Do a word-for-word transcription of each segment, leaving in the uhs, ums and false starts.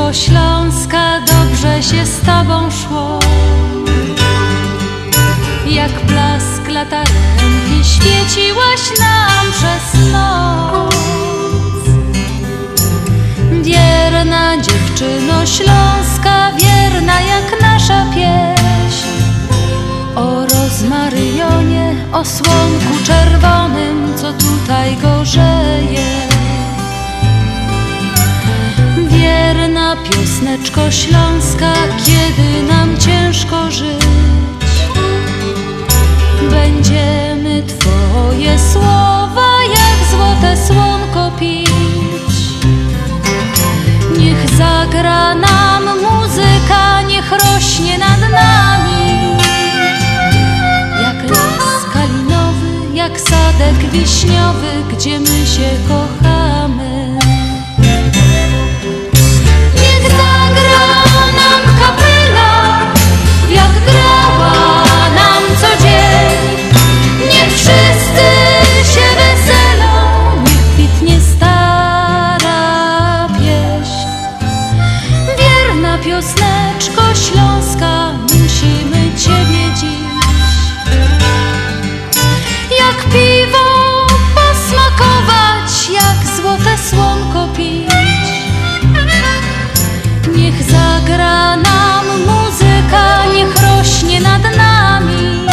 Piosneczko śląska, dobrze się z tobą szło. Jak blask latarenki świeciłaś nam przez noc. Wierna dziewczyno śląska, wierna jak nasza pieśń. O rozmaryjonie, o słonku czerwonym, co tutaj gorzeje. Wierna piosneczko śląska, kiedy nam ciężko żyć, będziemy twoje słowa jak złote słonko pić. Niech zagra nam muzyka, niech rośnie nad nami. Jak las kalinowy, jak sadek wiśniowy, gdzie my się kochamy. Niech zagra nam kapela, jak grała nam co dzień. Niech wszyscy się weselą, niech kwitnie stara pieśń. Wierna piosneczko śląska, musimy ciebie dziś jak piwo posmakować, jak złote słonko pić. Niech zagra nam muzyka, niech rośnie nad nami.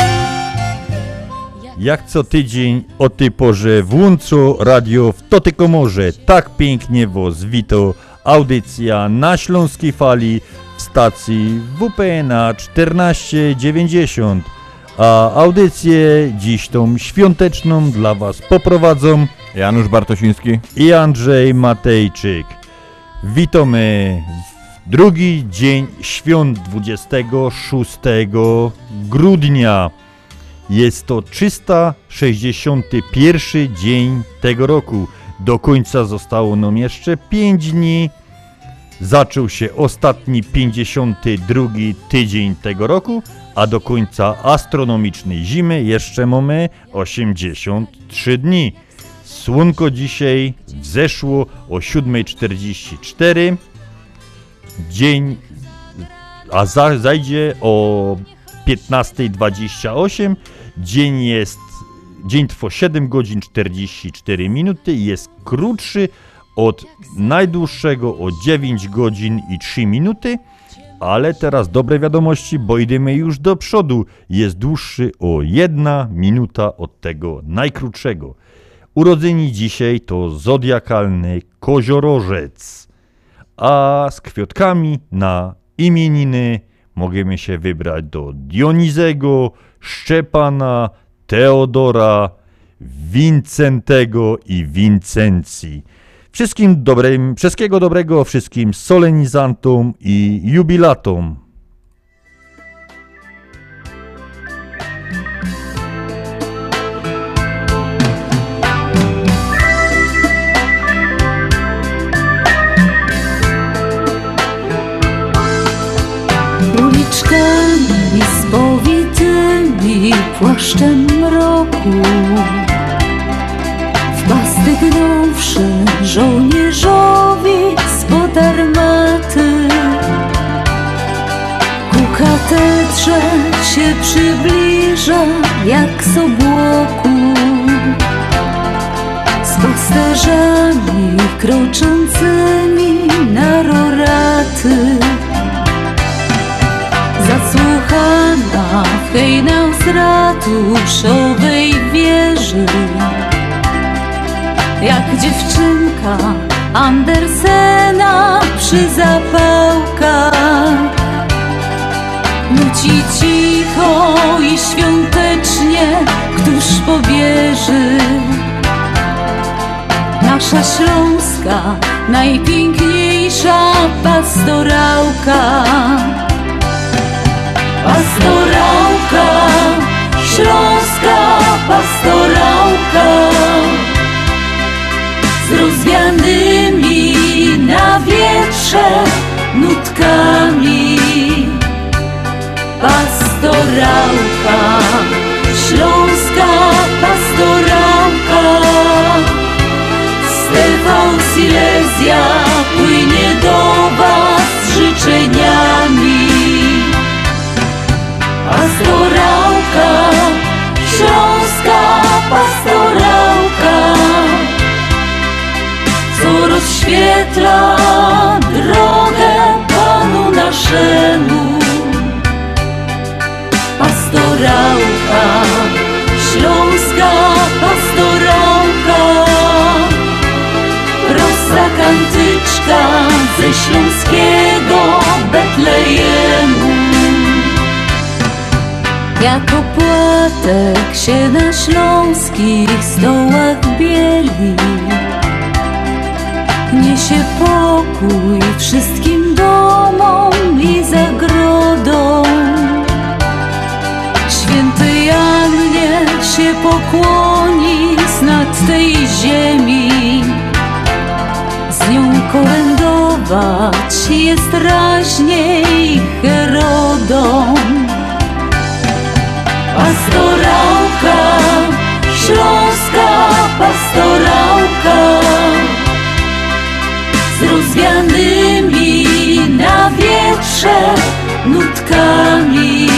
Jak co tydzień o tej porze włączo radio w to tylko może. Tak pięknie was wito audycja na Śląskiej Fali w stacji W P N A czternaście dziewięćdziesiąt. A audycję dziś tą świąteczną dla was poprowadzą Janusz Bartosiński i Andrzej Matejczyk. Witamy w drugi dzień świąt dwudziestego szóstego grudnia. Jest to trzysta sześćdziesiąty pierwszy dzień tego roku. Do końca zostało nam jeszcze pięć dni. Zaczął się ostatni pięćdziesiąty drugi tydzień tego roku, a do końca astronomicznej zimy jeszcze mamy osiemdziesiąt trzy dni. Słonko dzisiaj wzeszło o siódma czterdzieści cztery. Dzień, a za, zajdzie o piętnasta dwadzieścia osiem. Dzień jest, dzień trwa siedem godzin czterdzieści cztery minuty i jest krótszy od najdłuższego o dziewięć godzin i trzy minuty. Ale teraz dobre wiadomości, bo idziemy już do przodu. Jest dłuższy o jedna minuta od tego najkrótszego. Urodzeni dzisiaj to zodiakalny koziorożec. A z kwiatkami na imieniny możemy się wybrać do Dionizego, Szczepana, Teodora, Wincentego i Wincencji. Wszystkim dobrym, wszystkiego dobrego wszystkim solenizantom i jubilatom. Uliczkami spowitymi płaszczem mroku w pastyk nowszy żołnierzowi spod armaty ku katedrze się przybliża jak z obłoku, z pasterzami kroczącymi na roraty. Zasłuchana w hejnał z ratuszowej wieży, jak dziewczynka Andersena przy zapałkach. Nuci cicho i świątecznie, któż powierzy? Nasza śląska, najpiękniejsza pastorałka. Pastorałka, śląska pastorałka, z rozwianymi na wietrze nutkami. Pastorałka, śląska pastorałka, z T V Silesia płynie do was rozświetla drogę Panu naszemu. Pastorałka, śląska pastorałka, prosta kantyczka ze śląskiego Betlejemu. Jak opłatek się na śląskich stołach bieli, niesie pokój wszystkim domom i zagrodom. Święty Janie się pokłoni nad tej ziemi, z nią kolędować jest raźniej Herodom. Pastorałka, śląska pastorałka, z rozwianymi na wietrze nutkami.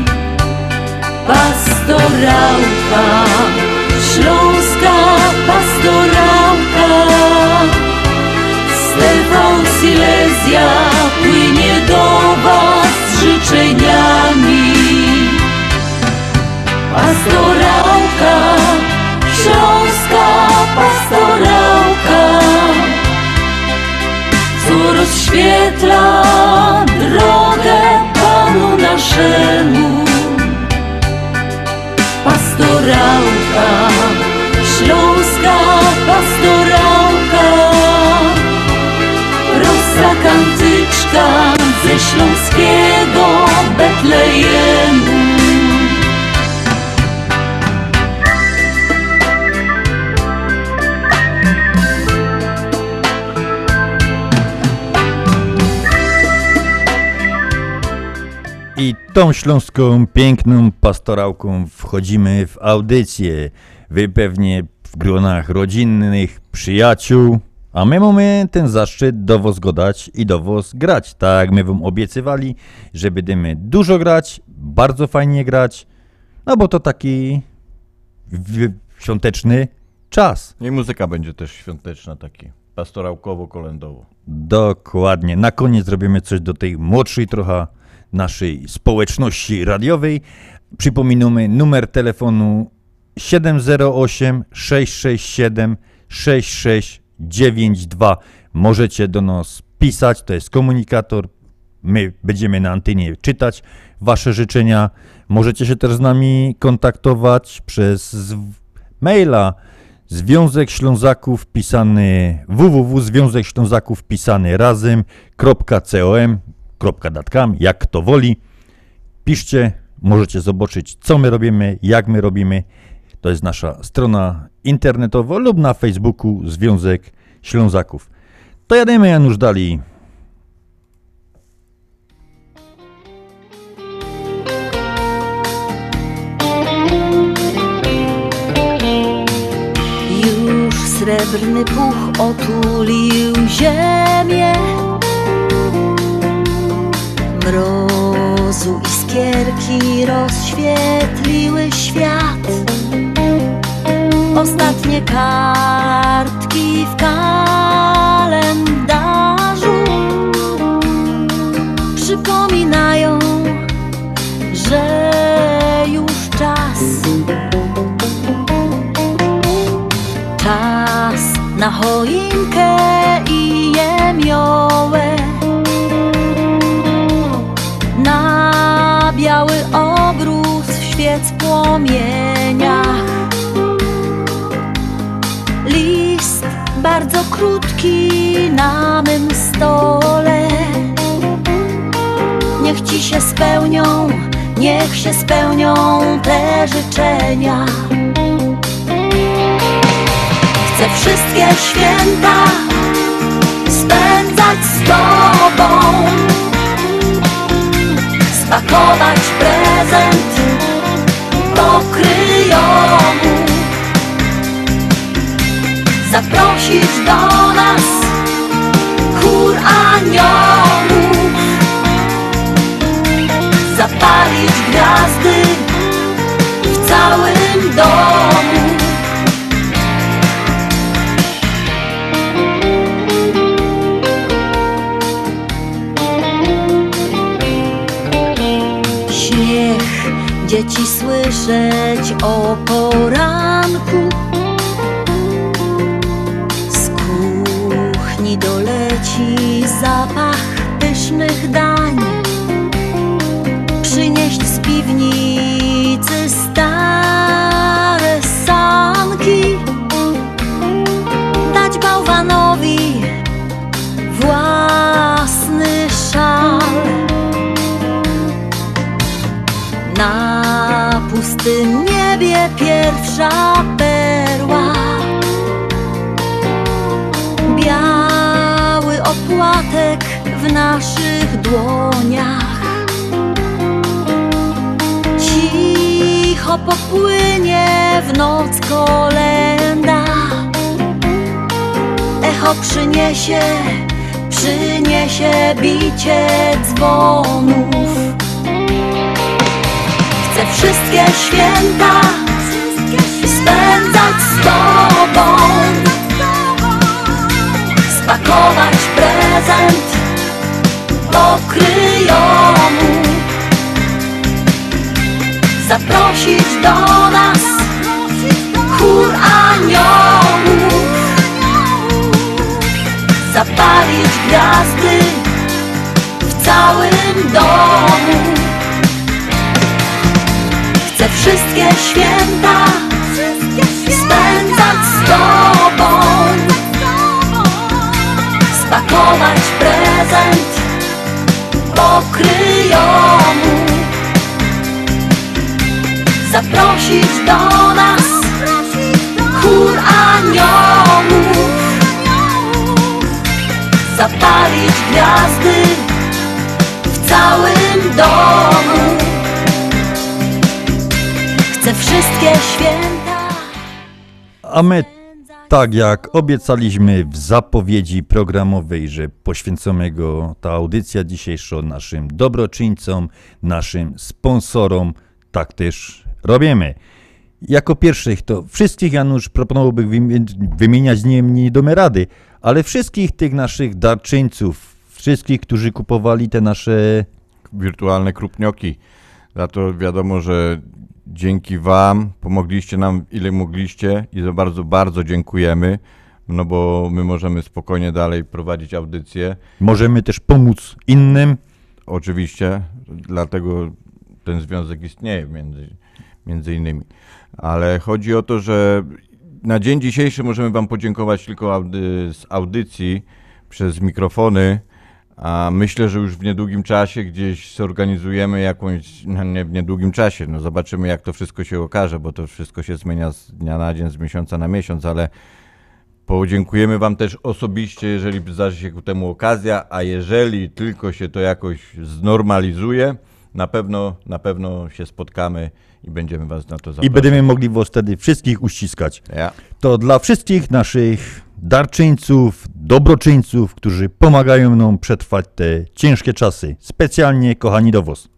Pastorałka, śląska pastorałka, Stefan Silesia płynie do was z życzeniami. Pastorałka, śląska pastorałka, co rozświetla drogę Panu naszemu. Pastorałka, śląska pastorałka, prosta kantyczka ze śląskiego Betlejemu. I tą śląską, piękną pastorałką wchodzimy w audycję. Wy pewnie w gronach rodzinnych, przyjaciół, a my mamy ten zaszczyt do was godać i do was grać. Tak, my wam obiecywali, że będziemy dużo grać, bardzo fajnie grać, no bo to taki w- świąteczny czas. I muzyka będzie też świąteczna, taki pastorałkowo-kolędowo. Dokładnie. Na koniec zrobimy coś do tej młodszej trochę naszej społeczności radiowej. Przypominamy numer telefonu siedem zero osiem sześć sześć siedem sześć sześć dziewięć dwa. Możecie do nas pisać, to jest komunikator. My będziemy na antenie czytać wasze życzenia. Możecie się też z nami kontaktować przez z- maila Związek Ślązaków pisany www Związek Ślązaków pisany razem .com .com, jak kto woli. Piszcie, możecie zobaczyć, co my robimy, jak my robimy. To jest nasza strona internetowa lub na Facebooku Związek Ślązaków. To jademy, Janusz, dalej. Już srebrny puch otulił ziemię, mrozu iskierki rozświetliły świat. Ostatnie kartki w kalendarzu przypominają, że już czas. Czas na choinkę i jemiołę, na biały obrus w świec płomieniach. List bardzo krótki na mym stole. Niech ci się spełnią, niech się spełnią te życzenia. Chcę wszystkie święta spędzać z tobą, spakować prezent do kryjomu, zaprosić do nas chór aniołów, zapalić gwiazdy w całym domu. dzieci słyszeć o poranku. Z kuchni doleci zapach pysznych dań. Przynieść z piwnicy stare sanki. Dać bałwanowi własny szal. Na pustym niebie pierwsza perła. Biały opłatek w naszych dłoniach. Cicho popłynie w noc kolęda. Echo przyniesie, przyniesie bicie dzwonów. Chcę wszystkie święta spędzać z Tobą. Spakować prezent pokryjomu. Zaprosić do nas chór aniołów. Zapalić gwiazdy w całym domu. Chcę wszystkie święta spędzać z Tobą. Spakować prezent pokryjomu. Zaprosić do nas chór aniołów. Zapalić gwiazdy w całym domu. Chcę wszystkie święta. A my, tak jak obiecaliśmy w zapowiedzi programowej, że poświęcamy go, ta audycja dzisiejsza naszym dobroczyńcom, naszym sponsorom, tak też robimy. Jako pierwszych to wszystkich, Janusz, proponowałbym wymieniać, nie, nie domy rady, ale wszystkich tych naszych darczyńców, wszystkich, którzy kupowali te nasze wirtualne krupnioki. Za to wiadomo, że dzięki Wam pomogliście nam ile mogliście i za bardzo, bardzo dziękujemy, no bo my możemy spokojnie dalej prowadzić audycję. Możemy też pomóc innym. Oczywiście, dlatego ten związek istnieje między, między innymi. Ale chodzi o to, że na dzień dzisiejszy możemy Wam podziękować tylko audy, z audycji przez mikrofony, a myślę, że już w niedługim czasie gdzieś zorganizujemy jakąś, no nie w niedługim czasie, no zobaczymy jak to wszystko się okaże, bo to wszystko się zmienia z dnia na dzień, z miesiąca na miesiąc, ale podziękujemy Wam też osobiście, jeżeli zdarzy się ku temu okazja, a jeżeli tylko się to jakoś znormalizuje, na pewno, na pewno się spotkamy i będziemy Was na to zapraszać. I będziemy mogli Was wtedy wszystkich uściskać. Ja. To dla wszystkich naszych darczyńców, dobroczyńców, którzy pomagają nam przetrwać te ciężkie czasy. Specjalnie kochani do Was.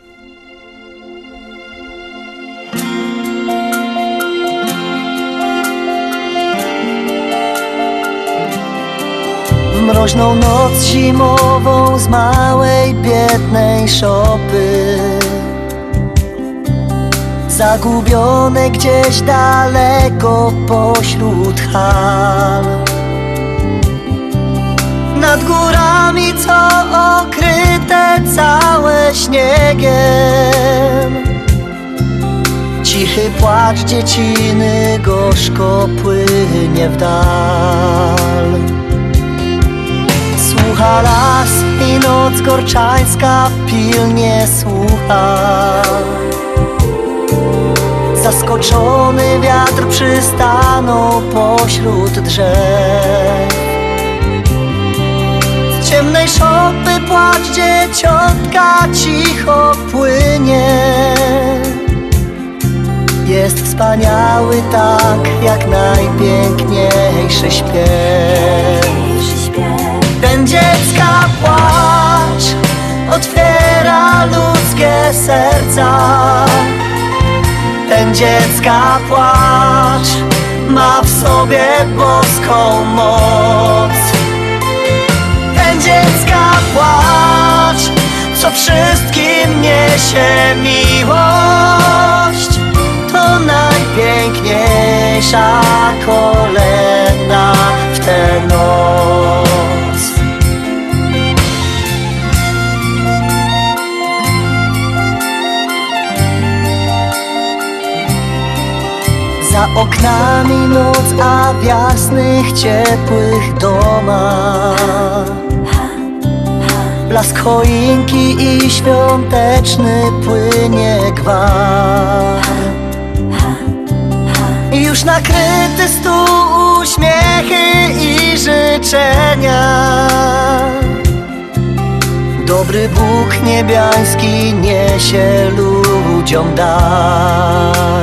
W mroźną noc zimową z małej, biednej szopy, zagubione gdzieś daleko pośród hal, nad górami, co okryte całe śniegiem, cichy płacz dzieciny gorzko płynie w dal. Słucha las i noc gorczańska pilnie słucha. Zaskoczony wiatr przystanął pośród drzew. Z ciemnej szopy płacz dzieciątka cicho płynie. Jest wspaniały tak jak najpiękniejszy śpiew. Ten dziecka płacz otwiera ludzkie serca. Ten dziecka płacz ma w sobie boską moc. Ten dziecka płacz, co wszystkim niesie niesie miłość, to najpiękniejsza kolęda w tę noc. Za oknami noc, a w jasnych, ciepłych domach blask choinki i świąteczny płynie gwar. I już nakryty stół, uśmiechy i życzenia. Dobry Bóg niebiański niesie ludziom dar.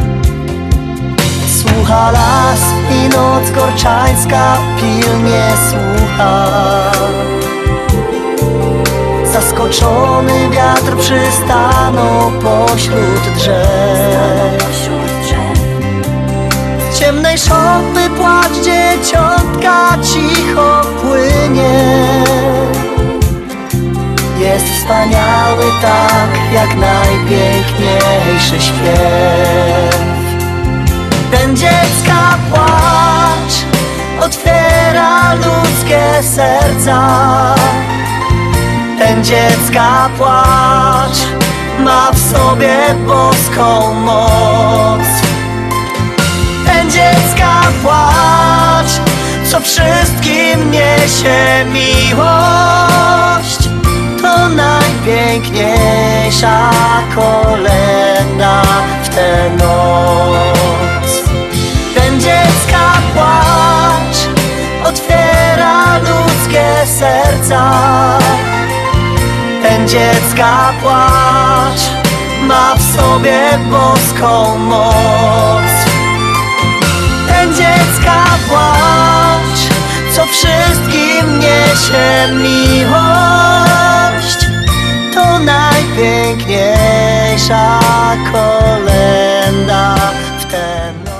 Słucha las i noc gorczańska pilnie słucha. Zaskoczony wiatr przystanął pośród drzew. Z ciemnej szopy płacz dzieciątka cicho płynie. Jest wspaniały tak, jak najpiękniejszy śpiew. Ten dziecka płacz otwiera ludzkie serca. Ten dziecka płacz ma w sobie boską moc. Ten dziecka płacz, co wszystkim niesie miłość, to najpiękniejsza kolęda w tę noc. Ten dziecka płacz otwiera ludzkie serca. Ten dziecka płacz ma w sobie boską moc. Ten dziecka płacz, co wszystkim niesie miłość, to najpiękniejsza kolęda w tę noc.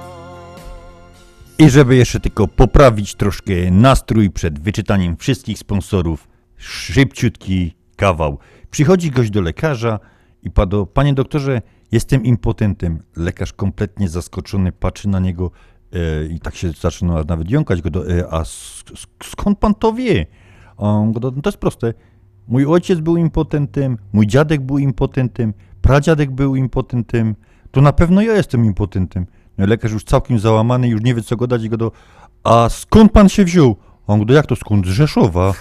I żeby jeszcze tylko poprawić troszkę nastrój przed wyczytaniem wszystkich sponsorów, szybciutki kawał. Przychodzi gość do lekarza i pada: panie doktorze, jestem impotentem. Lekarz kompletnie zaskoczony patrzy na niego e, i tak się zaczyna nawet jąkać go. Do, e, a sk- skąd pan to wie? A on go do, no to jest proste. Mój ojciec był impotentem, mój dziadek był impotentem, pradziadek był impotentem, to na pewno ja jestem impotentem. No, lekarz już całkiem załamany, już nie wie co go dać i go do... A skąd pan się wziął? A on go do, jak to skąd? Z Rzeszowa.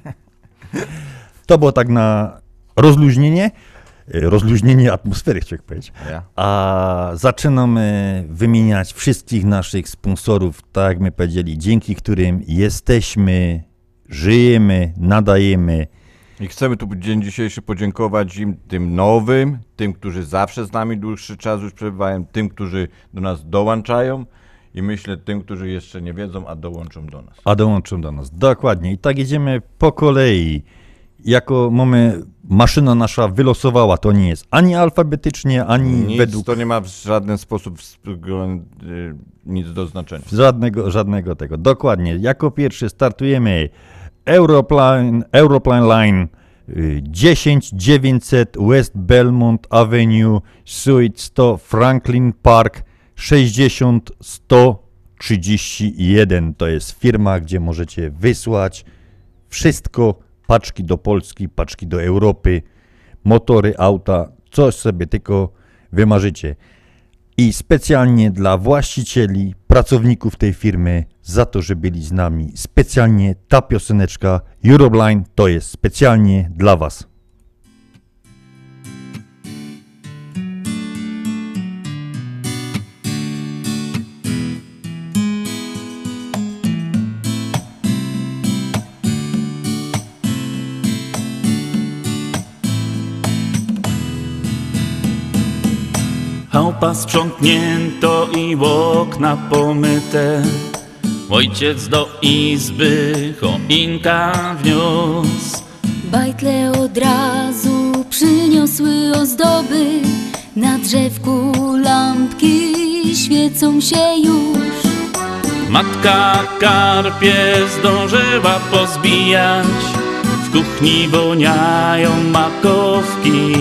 To było tak na rozluźnienie, rozluźnienie atmosfery, chciałem powiedzieć. Ja. A zaczynamy wymieniać wszystkich naszych sponsorów, tak jak my powiedzieli, dzięki którym jesteśmy, żyjemy, nadajemy. I chcemy tu dzień dzisiejszy podziękować im, tym nowym, tym, którzy zawsze z nami dłuższy czas już przebywają, tym, którzy do nas dołączają i myślę tym, którzy jeszcze nie wiedzą, a dołączą do nas. A dołączą do nas, dokładnie. I tak jedziemy po kolei. Jako mamy, maszyna nasza wylosowała, to nie jest ani alfabetycznie, ani Nic, według... to nie ma w żaden sposób nic do znaczenia. Żadnego, żadnego tego. Dokładnie. Jako pierwszy startujemy Europline, Europline Line dziesięć dziewięćset West Belmont Avenue, Suite sto, Franklin Park sześćdziesiąt sto trzydzieści jeden. To jest firma, gdzie możecie wysłać wszystko, paczki do Polski, paczki do Europy, motory, auta, coś sobie tylko wymarzycie. I specjalnie dla właścicieli, pracowników tej firmy, za to, że byli z nami, specjalnie ta pioseneczka Europline to jest specjalnie dla was. Chałupa sprzątnięto i okna pomyte. Ojciec do izby choinka wniósł. Bajtle od razu przyniosły ozdoby. Na drzewku lampki świecą się już. Matka karpie zdążyła pozbijać. W kuchni woniają makowki.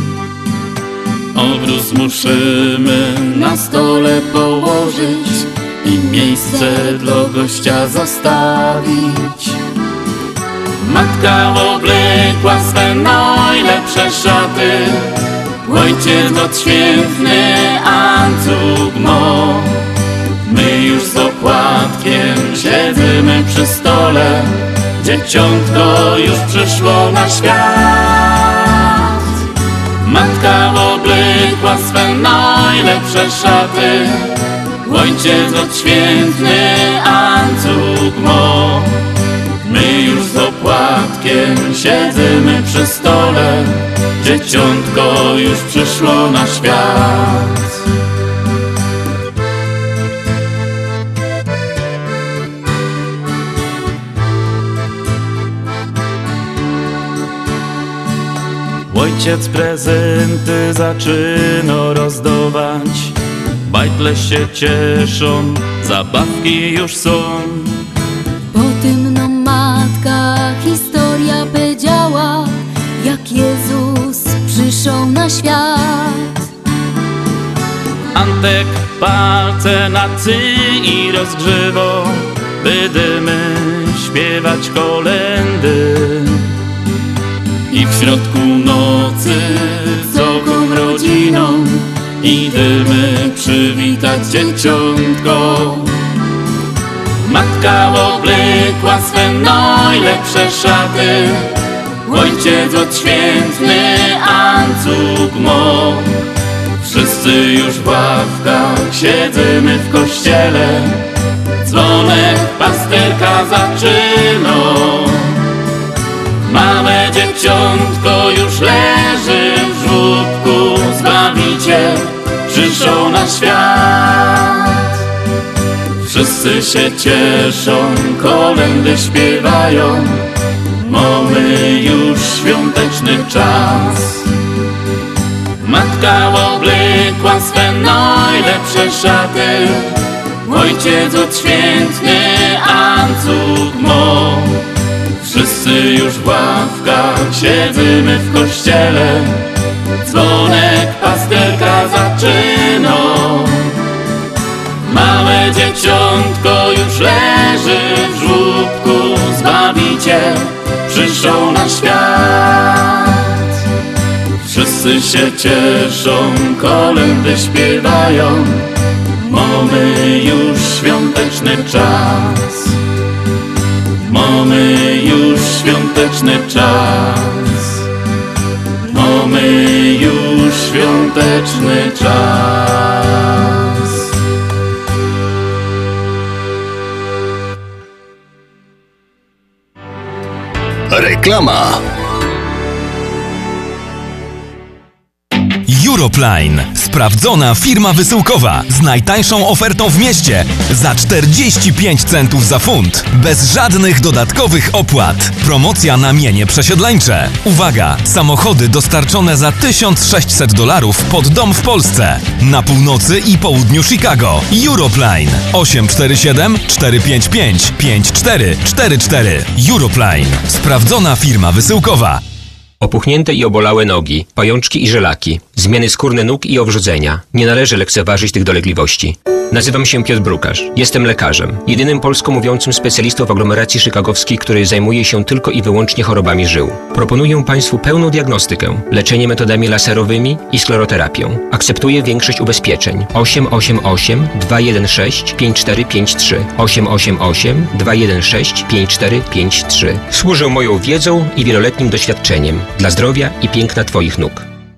Obrus musimy na stole położyć i miejsce dla gościa zostawić. Matka oblekła swe najlepsze szaty, ojciec odświętny ancuk mo. My już z opłatkiem siedzimy przy stole, dzieciątko już przyszło na świat. Matka oblekła swe najlepsze szaty, ojciec odświętny ancuk mo. My już z opłatkiem siedzimy przy stole, dzieciątko już przyszło na świat. Ojciec prezenty zaczyna rozdawać, bajtle się cieszą, zabawki już są. Po tym nam matka historia powiedziała, jak Jezus przyszedł na świat. Antek palce na cy i rozgrzewo, będziemy śpiewać kolędy. I w środku nocy z całą rodziną idziemy przywitać dzieciątko. Matka oblekła swe najlepsze szaty, ojciec odświętny ancuk mo. Wszyscy już w ławkach siedzimy w kościele, dzwonek pasterka zaczyna. Małe dzieciątko już leży w żłóbku, Zbawiciel przyszedł na świat. Wszyscy się cieszą, kolędy śpiewają, mamy już świąteczny czas. Matka oblekła swe najlepsze szaty, ojciec odświętny ancuk mo. Wszyscy już w ławkach siedzimy w kościele, dzwonek pasterka zaczyna. Małe dzieciątko już leży w żłóbku, Zbawiciel przyszedł na świat. Wszyscy się cieszą, kolędy śpiewają, mamy już świąteczny czas. Mamy już świąteczny czas. Mamy już świąteczny czas. Reklama. Europline. Sprawdzona firma wysyłkowa z najtańszą ofertą w mieście za czterdzieści pięć centów za funt. Bez żadnych dodatkowych opłat. Promocja na mienie przesiedleńcze. Uwaga! Samochody dostarczone za tysiąc sześćset dolarów pod dom w Polsce. Na północy i południu Chicago. Europline. osiem cztery siedem cztery pięć pięć pięć cztery cztery cztery. Europline. Sprawdzona firma wysyłkowa. Opuchnięte i obolałe nogi, pajączki i żelaki, zmiany skórne nóg i owrzodzenia. Nie należy lekceważyć tych dolegliwości. Nazywam się Piotr Brukarz. Jestem lekarzem. Jedynym polsko mówiącym specjalistą w aglomeracji chicagowskiej, który zajmuje się tylko i wyłącznie chorobami żył. Proponuję Państwu pełną diagnostykę, leczenie metodami laserowymi i skleroterapią. Akceptuję większość ubezpieczeń. osiem osiem osiem dwa jeden sześć pięć cztery pięć trzy osiem osiem osiem dwa jeden sześć pięć cztery pięć trzy. Służę moją wiedzą i wieloletnim doświadczeniem dla zdrowia i piękna Twoich nóg.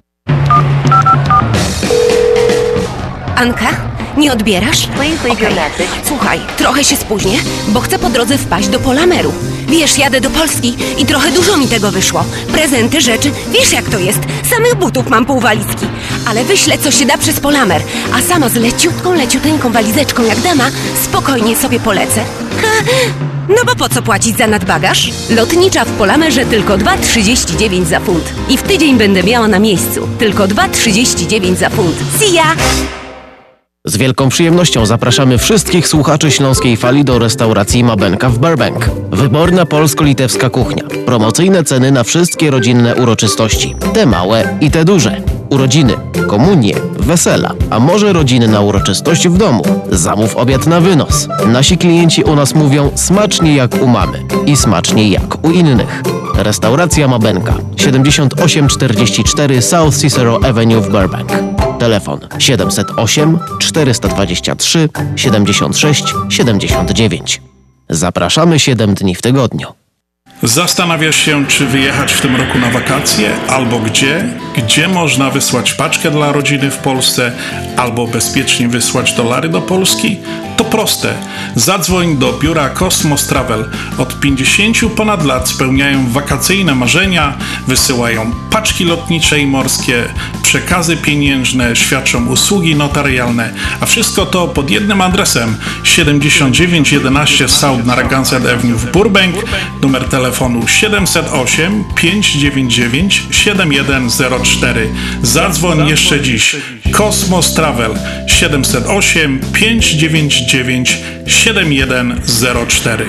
Anka? Nie odbierasz? Okay. Słuchaj, trochę się spóźnię, bo chcę po drodze wpaść do Polameru. Wiesz, jadę do Polski i trochę dużo mi tego wyszło. Prezenty, rzeczy, wiesz jak to jest. Samych butów mam pół walizki. Ale wyślę co się da przez Polamer, a sama z leciutką, leciuteńką walizeczką jak dama spokojnie sobie polecę. Ha, no bo po co płacić za nadbagaż? Lotnicza w Polamerze tylko dwa trzydzieści dziewięć za funt. I w tydzień będę miała na miejscu. Tylko dwa trzydzieści dziewięć za funt. See ya! Z wielką przyjemnością zapraszamy wszystkich słuchaczy Śląskiej Fali do restauracji Mabenka w Burbank. Wyborna polsko-litewska kuchnia. Promocyjne ceny na wszystkie rodzinne uroczystości. Te małe i te duże. Urodziny, komunie, wesela, a może rodzinna uroczystość w domu. Zamów obiad na wynos. Nasi klienci u nas mówią smacznie jak u mamy i smacznie jak u innych. Restauracja Mabenka, siedemdziesiąt osiem czterdzieści cztery South Cicero Avenue w Burbank. Telefon siedem zero osiem czterysta dwadzieścia trzy siedemdziesiąt sześć siedemdziesiąt dziewięć. Zapraszamy siedem dni w tygodniu. Zastanawiasz się, czy wyjechać w tym roku na wakacje, albo gdzie? Gdzie można wysłać paczkę dla rodziny w Polsce, albo bezpiecznie wysłać dolary do Polski? To proste. Zadzwoń do biura Cosmos Travel. Od pięćdziesięciu ponad lat spełniają wakacyjne marzenia, wysyłają paczki lotnicze i morskie, przekazy pieniężne, świadczą usługi notarialne, a wszystko to pod jednym adresem siedemdziesiąt dziewięć jedenaście South Narragansett Avenue w Burbank, numer telefonu siedem zero osiem pięć dziewięć dziewięć siedem jeden zero cztery. Zadzwoń jeszcze dziś. Cosmos Travel siedem zero osiem pięć dziewięć dziewięć siedem jeden zero cztery.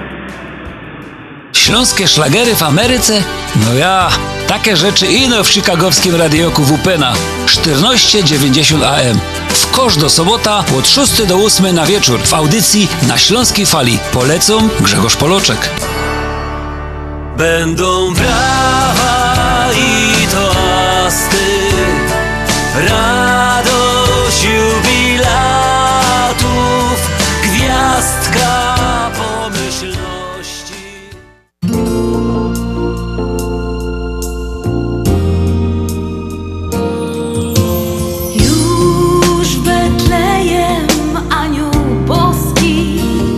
Śląskie szlagery w Ameryce? No ja, takie rzeczy ino w chicagowskim radioku W P na czternaście dziewięćdziesiąt A M. W kosz do sobota od szóstej do ósmej na wieczór w audycji na Śląskiej Fali. Polecą Grzegorz Poloczek. Będą brawa i toasty, radość jubilatów, gwiazdka pomyślności. Już Betlejem anioł boski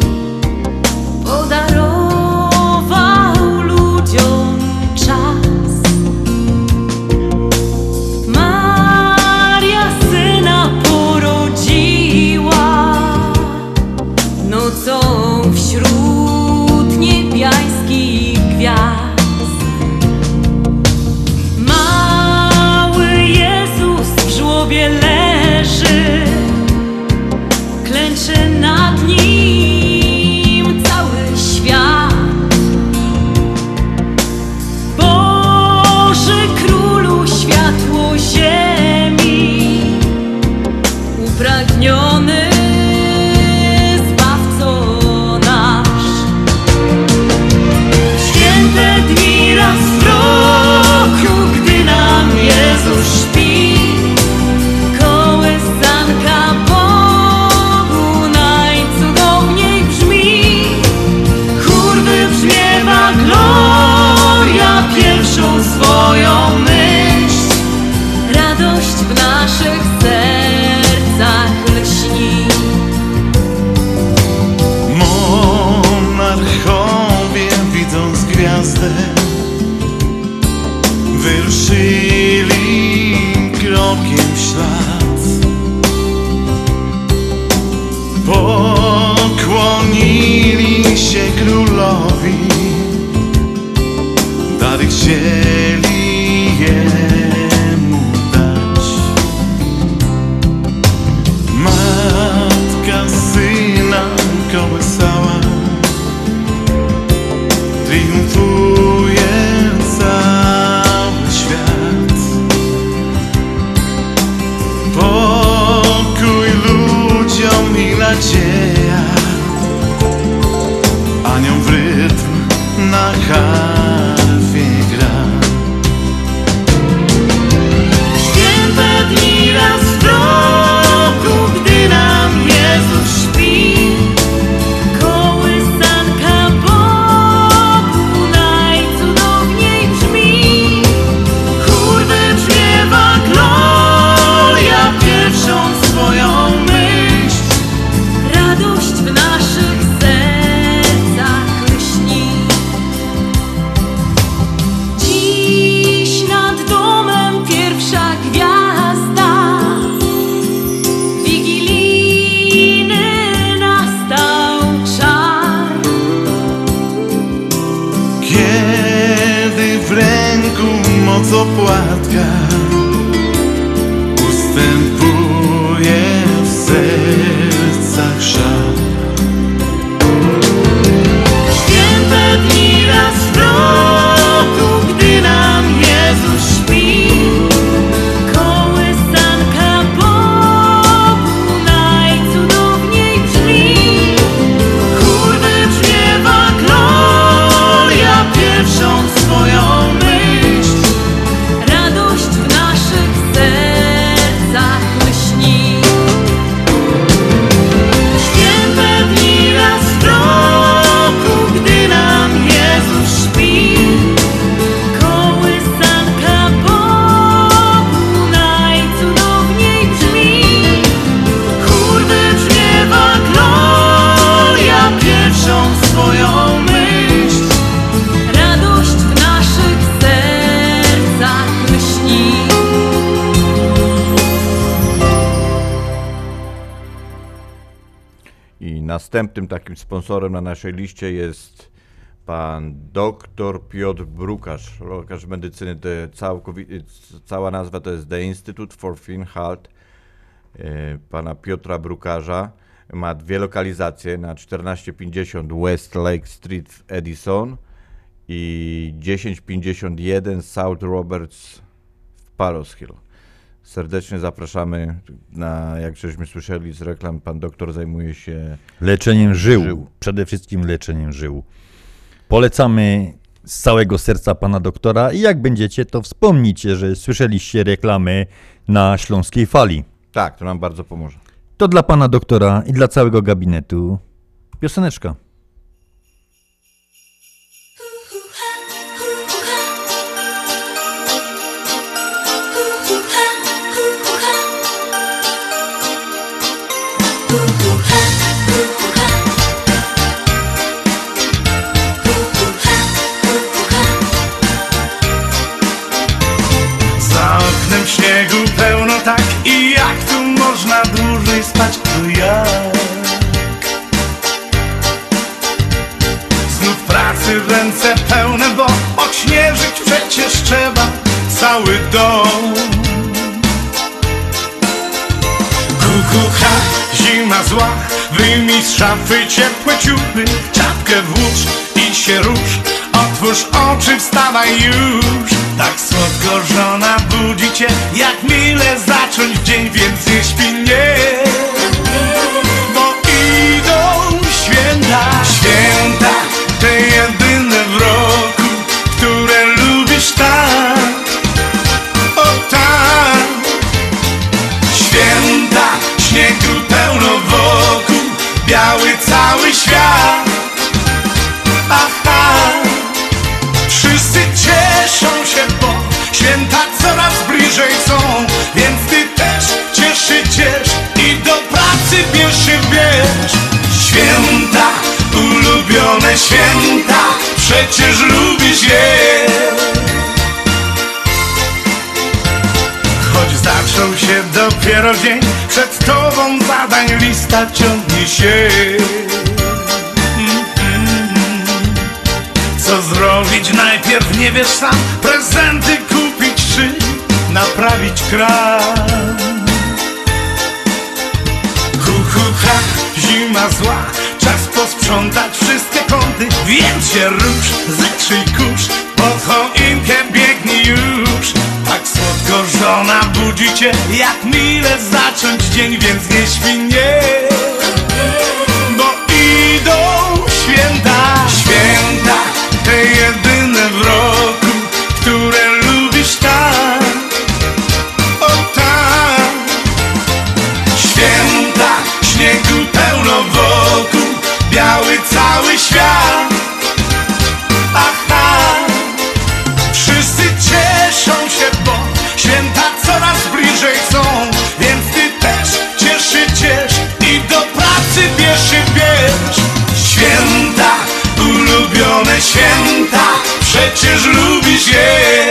podarował ludziom czas. Maria syna porodziła nocą wśród niebiańskich gwiazd. Mały Jezus w żłobie leży, klęczy nad nim cały świat. Boży Królu, światło ziemi, upragniony Zbawco nasz. Święte dni raz w roku, gdy nam Jezus śpi, kołysanka Bogu najcudowniej brzmi. Chór wybrzmiewa gloria pierwszą swoją myśl, radość w naszych sercach lśni. Monarchowie, widząc gwiazdę, wyruszyli krokiem w ślad. Pokłonili się królowi, dary chcieli jemu dać. Matka syna kołysała, triumfuje cały świat. Pokój ludziom i nadzieja, anioł w rytm na harfie gra. Następnym takim sponsorem na naszej liście jest pan doktor Piotr Brukarz, lekarz medycyny. To całkowicie, cała nazwa to jest The Institute for Fin Health pana Piotra Brukarza. Ma dwie lokalizacje na czternaście pięćdziesiąt West Lake Street w Edison i dziesięć pięćdziesiąt jeden South Roberts w Palos Hill. Serdecznie zapraszamy. Na, jak żeśmy słyszeli z reklam, pan doktor zajmuje się leczeniem żył. żył. Przede wszystkim leczeniem żył. Polecamy z całego serca pana doktora i jak będziecie, to wspomnijcie, że słyszeliście reklamy na Śląskiej Fali. Tak, to nam bardzo pomoże. To dla pana doktora i dla całego gabinetu pioseneczka. Za oknem śniegu pełno tak i jak tu można dłużej spać, to jak znów pracy ręce pełne, bo odśnieżyć przecież trzeba cały dom. Kukucha, zima zła, wyjmij z szafy ciepłe ciuchy, czapkę włóż i się rusz, otwórz oczy, wstawaj już. Tak słodko żona budzi cię, jak mile zacząć dzień, więc nie śpi, nie, bo idą święta. Święta, te jedyne w roku, które lubisz tak, o tak. Święta, śniegu pełno wokół, biały cały świat. Aha, wszyscy cieszą się, bo święta coraz bliżej są, więc ty też ciesz się, ciesz i do pracy bierz się, bierz. Święta, ulubione święta, przecież lubisz je. Choć zaczął się dopiero dzień, przed tobą zadań lista ciągnie się. Co zrobić najpierw nie wiesz sam, prezenty kupić czy naprawić kran. Hu, hu, ha, zima zła, czas posprzątać wszystkie kąty, więc się rusz, zetrzyj kurz, pod choinkę biegnij już. Tak słodko żona budzi cię, jak mile zacząć dzień, więc nie śpi, nie, bo idą święta. Święta, te jedyne w roku, które lubisz tak, o tak. Święta, śniegu pełno wokół, biały cały świat. Aha, wszyscy cieszą się, bo święta coraz bliżej są, więc ty też ciesz się, ciesz i do pracy bierz się, bierz. Święta, ulubione święta, przecież lubisz je.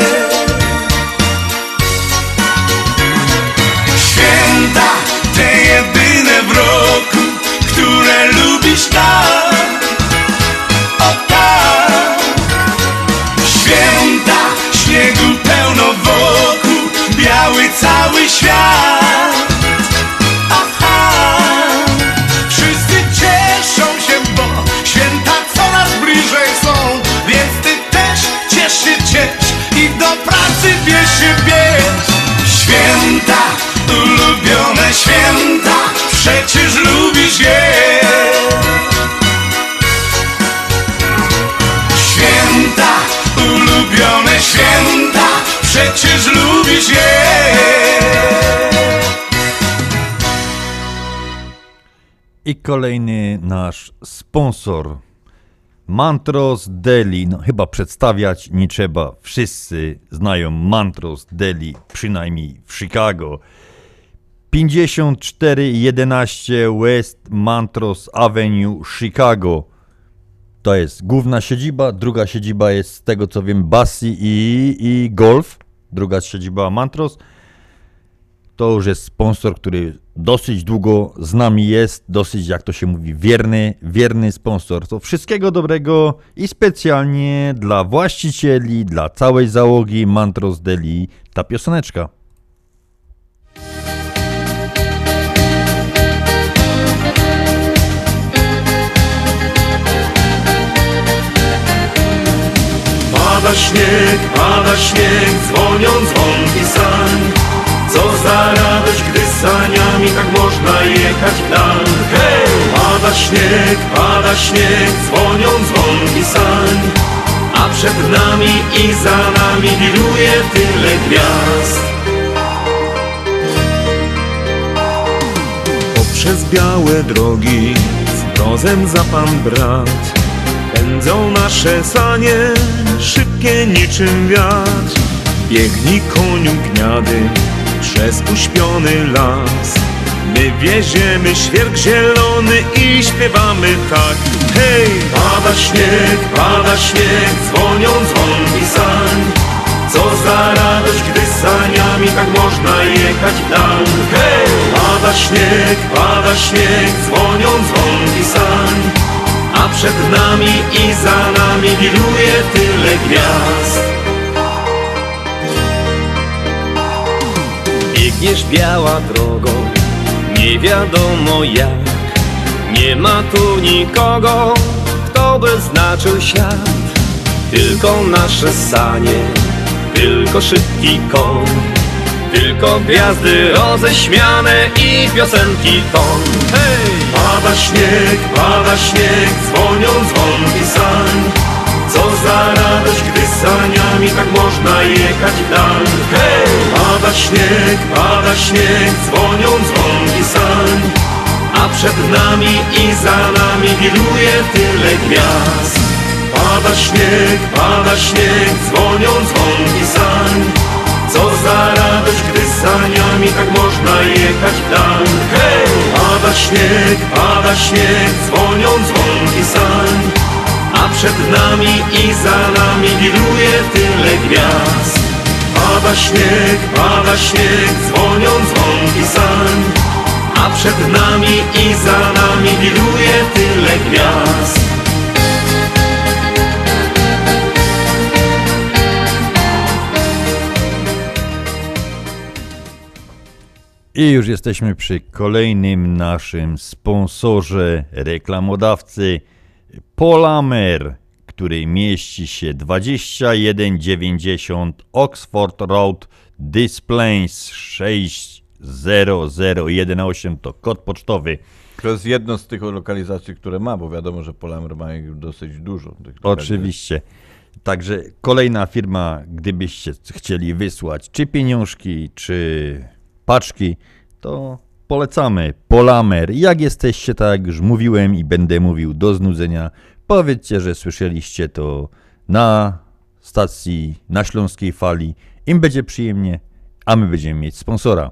Święta, te jedyne w roku, które lubisz tak, o tak. Święta, śniegu pełno wokół, biały cały świat. Aha, wszyscy cieszą się, bo święta coraz bliżej są, więc ty też ciesz się, ciesz i do pracy bierz się, bierz. Święta, ulubione święta, przecież lubisz je. Święta, ulubione święta, przecież lubisz je. I kolejny nasz sponsor, Mantros Deli. No chyba przedstawiać nie trzeba, wszyscy znają Mantros Deli, przynajmniej w Chicago. pięćdziesiąt cztery jedenaście West Mantros Avenue, Chicago. To jest główna siedziba, druga siedziba jest z tego co wiem Bassi i, i Golf, druga siedziba Mantros. To już jest sponsor, który dosyć długo z nami jest, dosyć, jak to się mówi, wierny, wierny sponsor. To wszystkiego dobrego i specjalnie dla właścicieli, dla całej załogi Mantros Deli ta pioseneczka. Pada śnieg, pada śnieg, dzwonią dzwonki sań. Co za radość, gdy saniami tak można jechać w dal. Hej! Pada śnieg, pada śnieg, dzwonią dzwonki sań. A przed nami i za nami wiruje tyle gwiazd. Poprzez białe drogi z mrozem za pan brat pędzą nasze sanie, szybkie niczym wiatr. Biegnij koniu gniady przez uśpiony las. My wieziemy świerk zielony i śpiewamy tak. Hej! Pada śnieg, pada śnieg, dzwonią dzwonki sań. Co za radość, gdy saniami tak można jechać w dal. Hej! Pada śnieg, pada śnieg, dzwonią dzwonki sań. A przed nami i za nami wiruje tyle gwiazd. Biegniesz biała drogą, nie wiadomo jak. Nie ma tu nikogo, kto by znaczył świat. Tylko nasze sanie, tylko szybki koń. Tylko gwiazdy roześmiane i piosenki ton. Hej! Pada śnieg, pada śnieg, dzwonią dzwonki sań. Co za radość, gdy saniami tak można jechać w dal. Hej! Pada śnieg, pada śnieg, dzwonią dzwonki sań. A przed nami i za nami wiruje tyle gwiazd. Pada śnieg, pada śnieg, dzwonią dzwonki sań. Co za radość, gdy saniami tak można jechać w dal. Hej! Pada śnieg, pada śnieg, dzwonią dzwonki sań. A przed nami i za nami wiruje tyle gwiazd. Pada śnieg, pada śnieg, dzwonią dzwonki sań. A przed nami i za nami wiruje tyle gwiazd. I już jesteśmy przy kolejnym naszym sponsorze, reklamodawcy Polamer, który mieści się dwadzieścia jeden dziewięćdziesiąt Oxford Road, Des Plaines sześć zero zero jeden osiem to kod pocztowy. To jest jedno z tych lokalizacji, które ma, bo wiadomo, że Polamer ma ich dosyć dużo. Oczywiście. Także kolejna firma, gdybyście chcieli wysłać czy pieniążki, czy paczki, to polecamy Polamer. Jak jesteście, tak jak już mówiłem i będę mówił do znudzenia, powiedzcie, że słyszeliście to na stacji na Śląskiej Fali. Im będzie przyjemnie, a my będziemy mieć sponsora.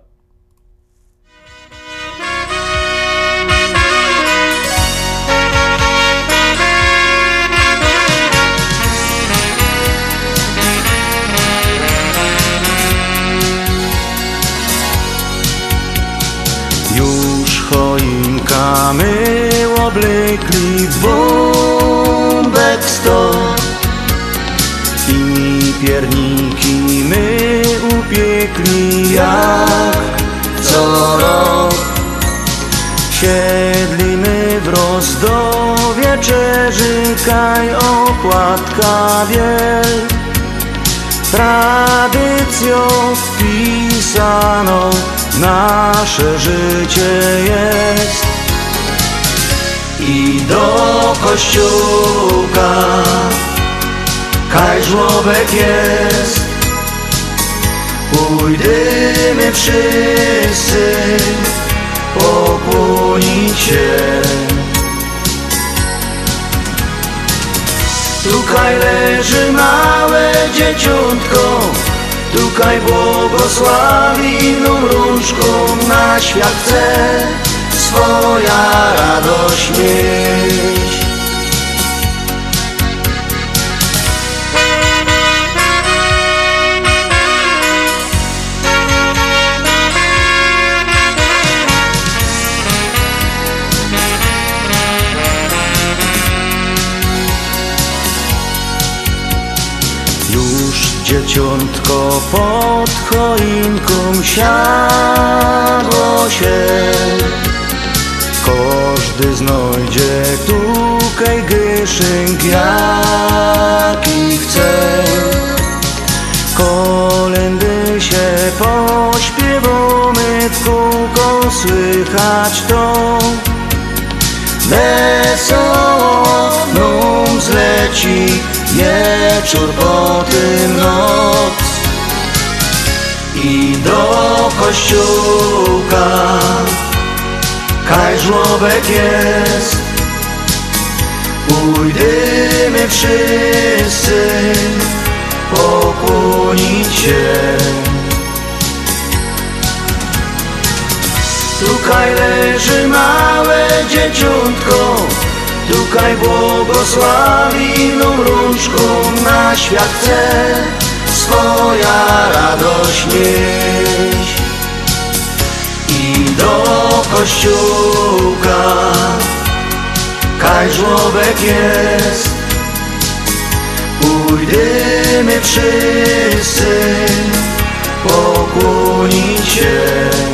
Już choinka my oblekli w bombek sto i pierniki my upiekli jak co rok. Siedlimy w rozdowie wieczerzy kaj opłatka wiel. Tradycją wpisano nasze życie jest. I do kościółka kaj żłobek jest. Pójdziemy wszyscy pokłonić się. Tukaj leży małe dzieciątko, tukaj błogosławi mną różką, na świat chce swoja radość mieć. Już dzieciątko pod choinką siadło się. Każdy znajdzie tukaj gyszynk jaki chce. Kolendy się pośpiewamy, w kółko słychać to. Wesoło nam zleci wieczór, potem noc. I do kościółka kaj żłobek jest. Pójdziemy wszyscy pokłonić się. Tukaj leży małe dzieciątko, tukaj błogosławi nam rączką, na świat chce swoja radość nieść. I do kościółka kaj żłobek jest. Pójdziemy wszyscy pokłonić się.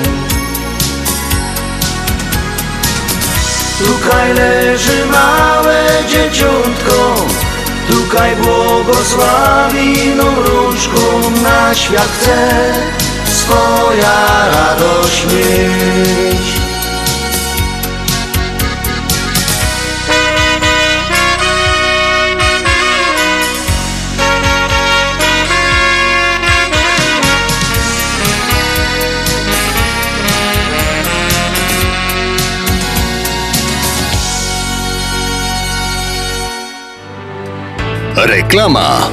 Tukaj leży małe dzieciątko, tukaj błogosławi nam rączką, na świat chce swoja radość nieść. Reklama.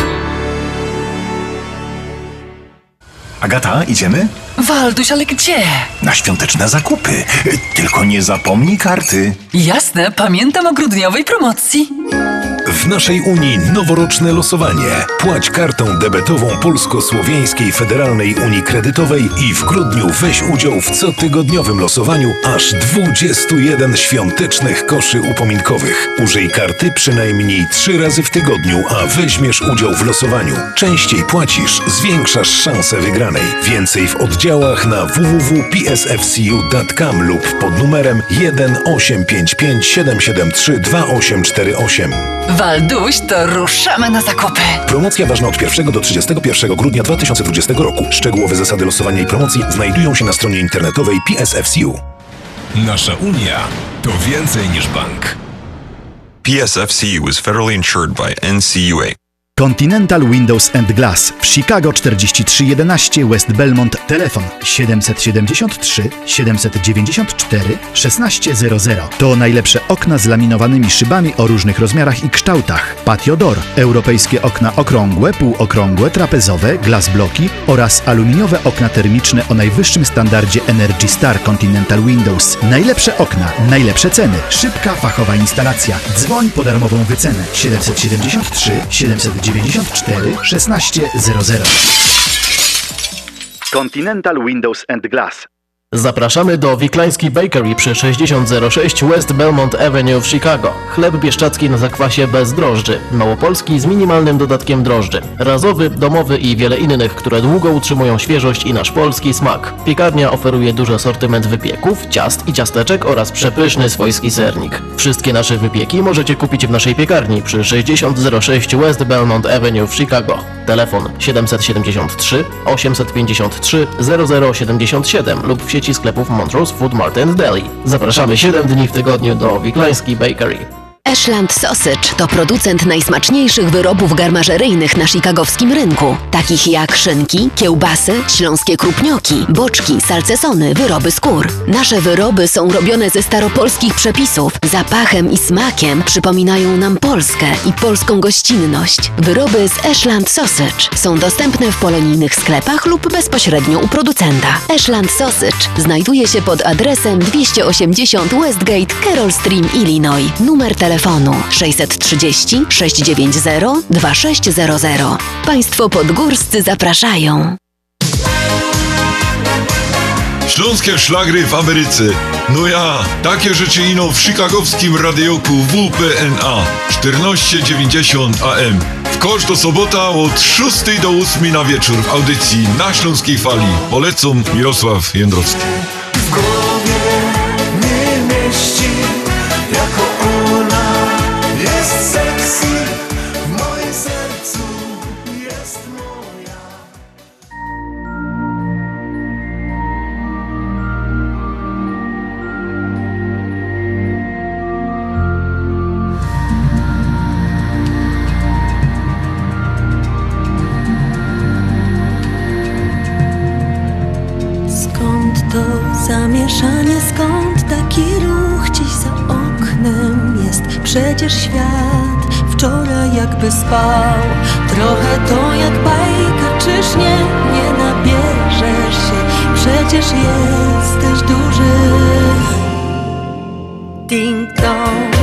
Agata, idziemy? Walduś, ale gdzie? Na świąteczne zakupy. Tylko nie zapomnij karty. Jasne, pamiętam o grudniowej promocji. W naszej Unii noworoczne losowanie. Płać kartą debetową Polsko-Słowiańskiej Federalnej Unii Kredytowej i w grudniu weź udział w cotygodniowym losowaniu aż dwudziestu jeden świątecznych koszy upominkowych. Użyj karty przynajmniej trzy razy w tygodniu, a weźmiesz udział w losowaniu. Częściej płacisz, zwiększasz szanse wygranej. Więcej w oddziałach na w w w kropka p s f c u kropka com lub pod numerem jeden osiem pięć pięć siedem siedem trzy dwa osiem cztery osiem. Walduś, to ruszamy na zakupy. Promocja ważna od pierwszego do trzydziestego pierwszego grudnia dwa tysiące dwudziestego roku. Szczegółowe zasady losowania i promocji znajdują się na stronie internetowej P S F C U. Nasza Unia to więcej niż bank. P S F C U is federally insured by N C U A. Continental Windows and Glass w Chicago czterdzieści trzy jedenaście West Belmont. Telefon siedem siedem trzy siedem dziewięć cztery szesnaście zero zero. To najlepsze okna z laminowanymi szybami o różnych rozmiarach i kształtach. Patio Door, europejskie okna okrągłe, półokrągłe, trapezowe, glass bloki oraz aluminiowe okna termiczne o najwyższym standardzie Energy Star Continental Windows. Najlepsze okna, najlepsze ceny, szybka, fachowa instalacja. Dzwoń po darmową wycenę siedem siedem trzy siedem dziewięć cztery szesnaście zero zero. Continental Windows and Glass. Zapraszamy do Wiklański Bakery przy sześćdziesiąt zero sześć West Belmont Avenue w Chicago. Chleb bieszczacki na zakwasie bez drożdży. Małopolski z minimalnym dodatkiem drożdży. Razowy, domowy i wiele innych, które długo utrzymują świeżość i nasz polski smak. Piekarnia oferuje duży asortyment wypieków, ciast i ciasteczek oraz przepyszny swojski sernik. Wszystkie nasze wypieki możecie kupić w naszej piekarni przy sześćdziesiąt zero sześć West Belmont Avenue w Chicago. Telefon siedem siedem trzy osiem pięć trzy zero zero siedem siedem lub w sieci sklepów Montrose Food Mart and Deli. Zapraszamy siedem dni w tygodniu do Wiklański Bakery. Ashland Sausage to producent najsmaczniejszych wyrobów garmażeryjnych na chicagowskim rynku, takich jak szynki, kiełbasy, śląskie krupnioki, boczki, salcesony, wyroby skór. Nasze wyroby są robione ze staropolskich przepisów. Zapachem i smakiem przypominają nam Polskę i polską gościnność. Wyroby z Ashland Sausage są dostępne w polonijnych sklepach lub bezpośrednio u producenta. Ashland Sausage znajduje się pod adresem dwieście osiemdziesiąt Westgate, Carroll Stream, Illinois. Numer telefonu Telefonu sześćset trzydzieści sześćset dziewięćdziesiąt dwa sześć zero zero. Państwo podgórscy zapraszają. Śląskie szlagry w Ameryce. No ja, takie rzeczy ino w chicagowskim radioku W P N A czternaście dziewięćdziesiąt A M. W Każda sobota od szóstej do ósmej na wieczór w audycji Na Śląskiej Fali. Polecam Mirosław Jędrowski. W głowie nie mieści, jako ona jest sexy. W moim sercu jest moja. Skąd to zamieszanie, skąd taki ruch dziś za oknem jest? Przecież świat wczoraj jakby spał. Trochę to jak bajka, czyż nie? Nie nabierzesz się, przecież jesteś duży. Ding dong.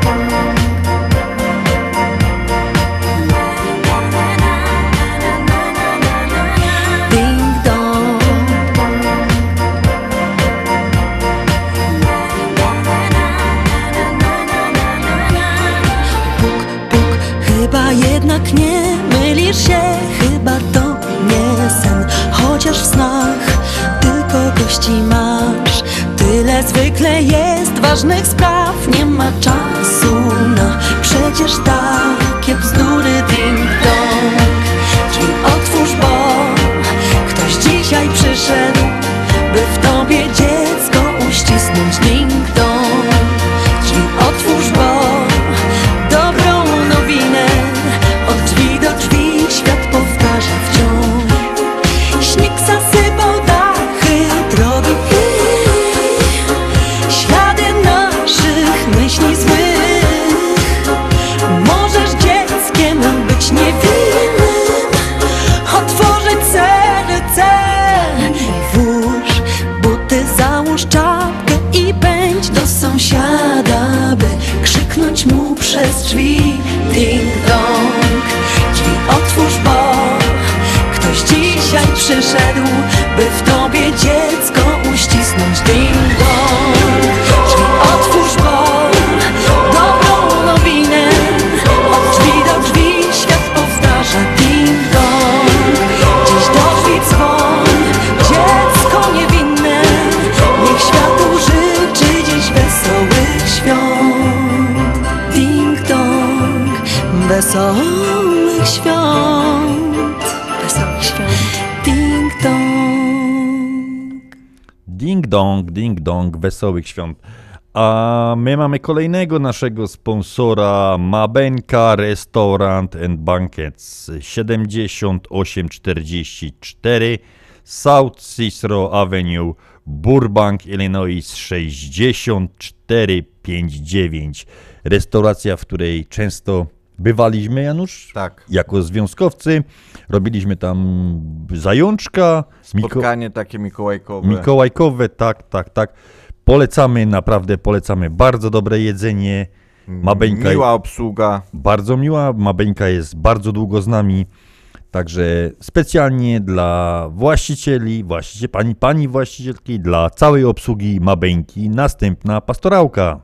Chyba jednak nie mylisz się, chyba to nie sen. Chociaż w snach tylko gości masz. Tyle zwykle jest ważnych spraw, nie ma czasu na przecież takie bzdury. Ding dong, drzwi otwórz, bo ktoś dzisiaj przyszedł, by w tobie dziecko uścisnąć. Ding dong, drzwi otwórz, bo dobrą nowinę od drzwi do drzwi świat powtarza wciąż. Śnieg zasypał dachy, drogi i ślady naszych myśli złych. Możesz dzieckiem być niewinnym, otworzyć serce. Włóż buty, załóż czapkę i pędź do sąsiada, by krzyknąć mu przez drzwi. Ding dong, drzwi otwórz, bo ktoś dzisiaj przyszedł, by w tobie dziecko uścisnąć. Ding dong, drzwi otwórz, bo dobrą nowinę od drzwi do drzwi świat powtarza. Ding dong, dziś do drzwi dzwoń, dziecko niewinne, niech światu życzy dziś wesołych świąt. Ding dong, wesołych świąt, wesołych świąt. Ding dong. Ding dong, ding dong, wesołych świąt. A my mamy kolejnego naszego sponsora, Mabenka Restaurant and Banquets, siedemdziesiąt osiem czterdzieści cztery South Cicero Avenue, Burbank, Illinois sześćdziesiąt cztery pięćdziesiąt dziewięć. Restauracja, w której często bywaliśmy, Janusz? Tak. Jako związkowcy. Robiliśmy tam zajączka. Spotkanie Miko- takie mikołajkowe. Mikołajkowe, tak, tak, tak. Polecamy, naprawdę polecamy. Bardzo dobre jedzenie. Mabeńka, miła obsługa. Bardzo miła. Mabeńka jest bardzo długo z nami. Także specjalnie dla właścicieli, właściciel, pani, pani właścicielki, dla całej obsługi Mabeńki następna pastorałka.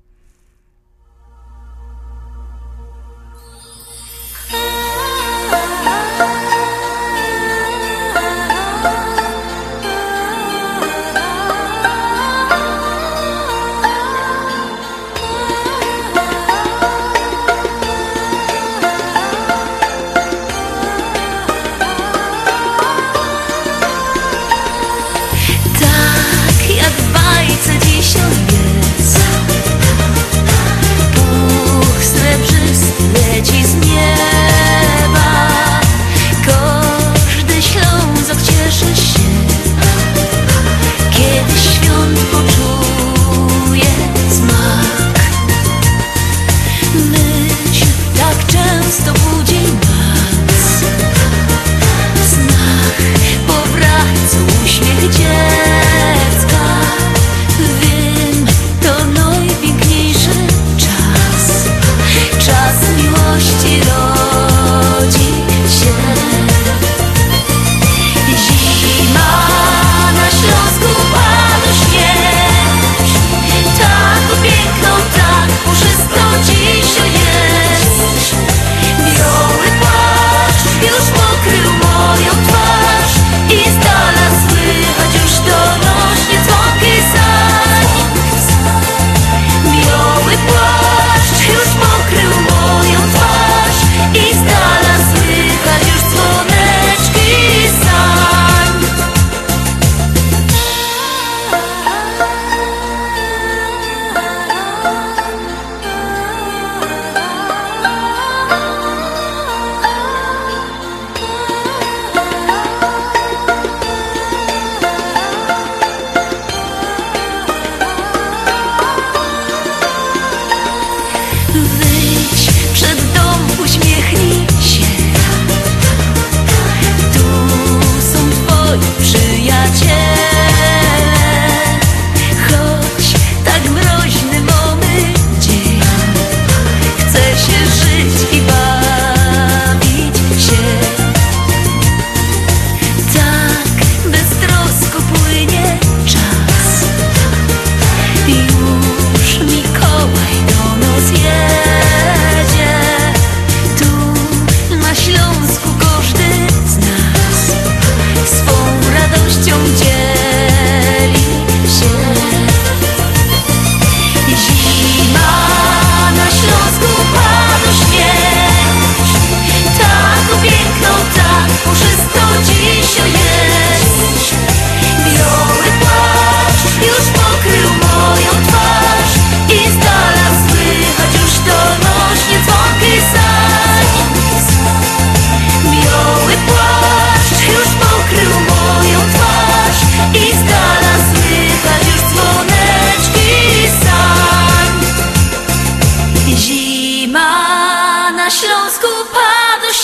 Tak jak w bajce dzisiaj jest, Bóg srebrzysty leci z nieba. Każdy Ślązok cieszy się, kiedy świąt poczuje smak. Myśl tak często budzi nas, w snach powraca uśmiech dziecka. Wiem, to najpiękniejszy czas, czas miłości rodzi się. Zima na Śląsku padu śmierć, tak piękną, tak puszystą dzisiaj jest.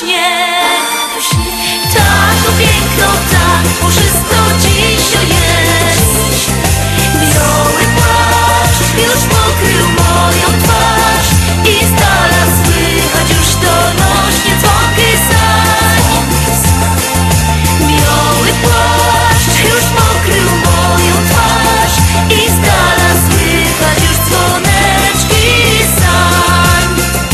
śnieg. Taką piękną, tak puszystą dziś jest. Biały płaszcz już pokrył moją twarz i z dala słychać już donośnie dzwonki sań. Biały płaszcz już pokrył moją twarz i z dala słychać już dzwoneczki sań.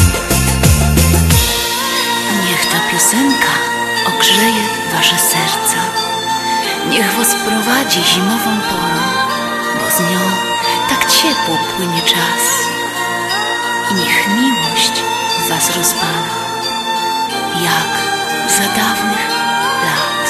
Niech ta piosenka ogrzeje wasze serca. Niech was prowadzi zimową porą, bo z nią tak ciepło płynie czas. I niech miłość was rozpala, jak za dawnych lat.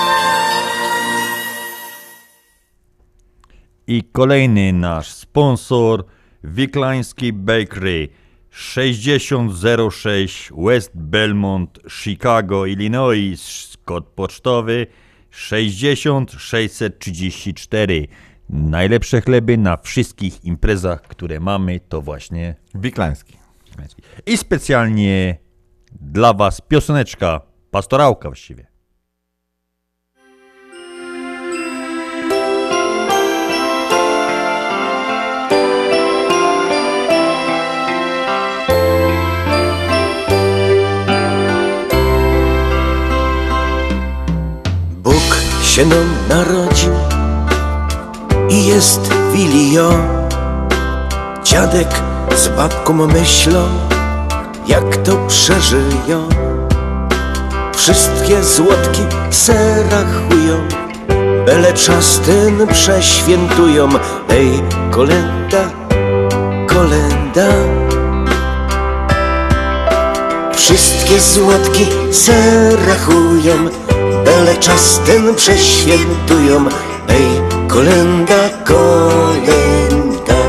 I kolejny nasz sponsor, Wiklański Bakery, sześćdziesiąt zero sześć West Belmont, Chicago, Illinois, kod pocztowy sześćdziesiąt sześćset trzydzieści cztery. Najlepsze chleby na wszystkich imprezach, które mamy, to właśnie Wiklański. I specjalnie dla was pioseneczka, pastorałka właściwie. Bóg się nam narodził i jest Wilio. Dziadek z babką myślą, jak to przeżyją. Wszystkie złotki se rachują, byle czas ten przeświętują. Ej, kolenda, kolenda. Wszystkie złotki se rachują, byle czas ten przeświętują. Ej, kolenda, kolenda.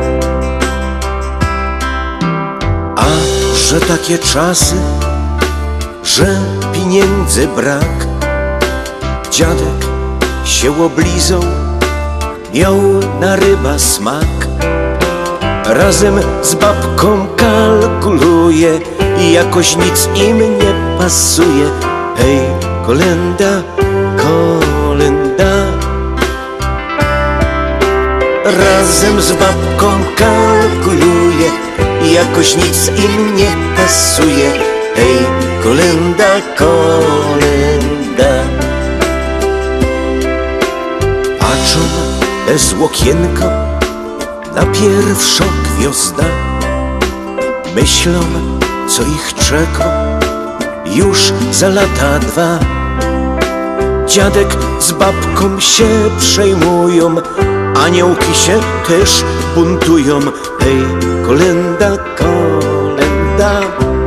A że takie czasy, że pieniędzy brak, dziadek się oblizał, miał na ryba smak. Razem z babką kalkuluje i jakoś nic im nie pasuje. Hej, kolenda, kolenda. Razem z babką kalkuluje i jakoś nic im nie pasuje. Hej, kolenda, kolenda. Patrzą bez łokienko na pierwszą gwiazdę, myślą, co ich czeka już za lata dwa. Dziadek z babką się przejmują, aniołki się też buntują. Hej, kolenda, kolenda.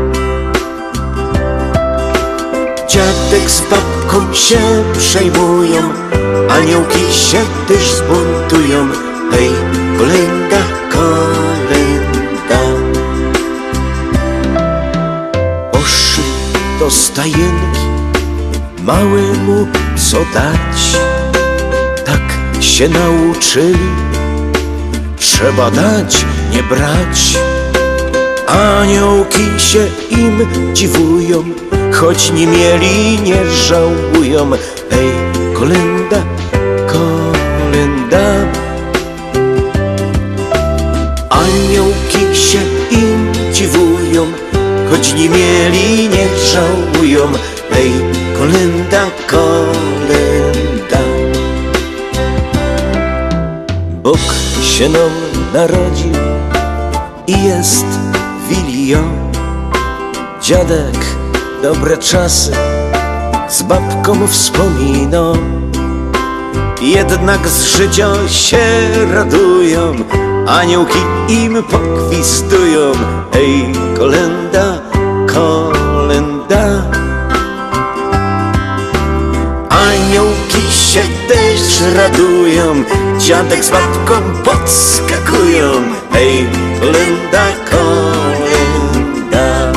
Dziadek z babką się przejmują, aniołki się też zbuntują. Hej, kolenda, kolenda. Poszli do stajenki, małemu co dać. Tak się nauczyli, trzeba dać, nie brać. Aniołki się im dziwują, choć nie mieli, nie żałują. Hej, kolenda, kolenda. Aniołki się im dziwują, choć nie mieli, nie żałują. Hej, kolenda, kolenda. Bóg się nam narodził i jest Wilio. Dziadek dobre czasy z babką wspomina, jednak z życia się radują, aniołki im pokwistują. Hej, kolenda, kolenda. Aniołki się też radują, dziadek z babką podskakują. Hej, kolenda, kolenda.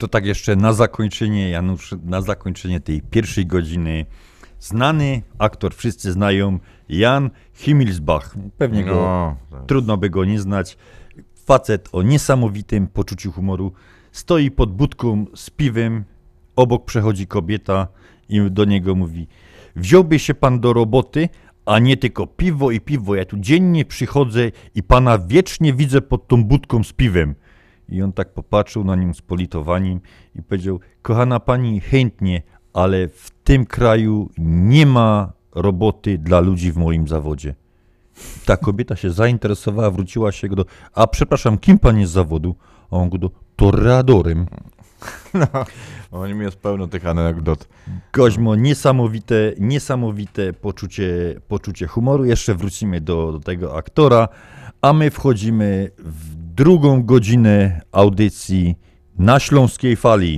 to tak jeszcze na zakończenie, Janusz, na zakończenie tej pierwszej godziny. Znany aktor, wszyscy znają, Jan Himmelsbach. Pewnie go, No, trudno by go nie znać. Facet o niesamowitym poczuciu humoru. Stoi pod budką z piwem, obok przechodzi kobieta i do niego mówi: wziąłby się pan do roboty, a nie tylko piwo i piwo. Ja tu dziennie przychodzę i pana wiecznie widzę pod tą budką z piwem. I on tak popatrzył na nią z politowaniem i powiedział: kochana pani, chętnie, ale w tym kraju nie ma roboty dla ludzi w moim zawodzie. Ta kobieta się zainteresowała, wróciła się do: a przepraszam, kim pan jest z zawodu? A on go do: toreadorem. No, o nim jest pełno tych anegdot. Koźmo, niesamowite, niesamowite poczucie, poczucie humoru. Jeszcze wrócimy do, do tego aktora, a my wchodzimy w drugą godzinę audycji na Śląskiej Fali.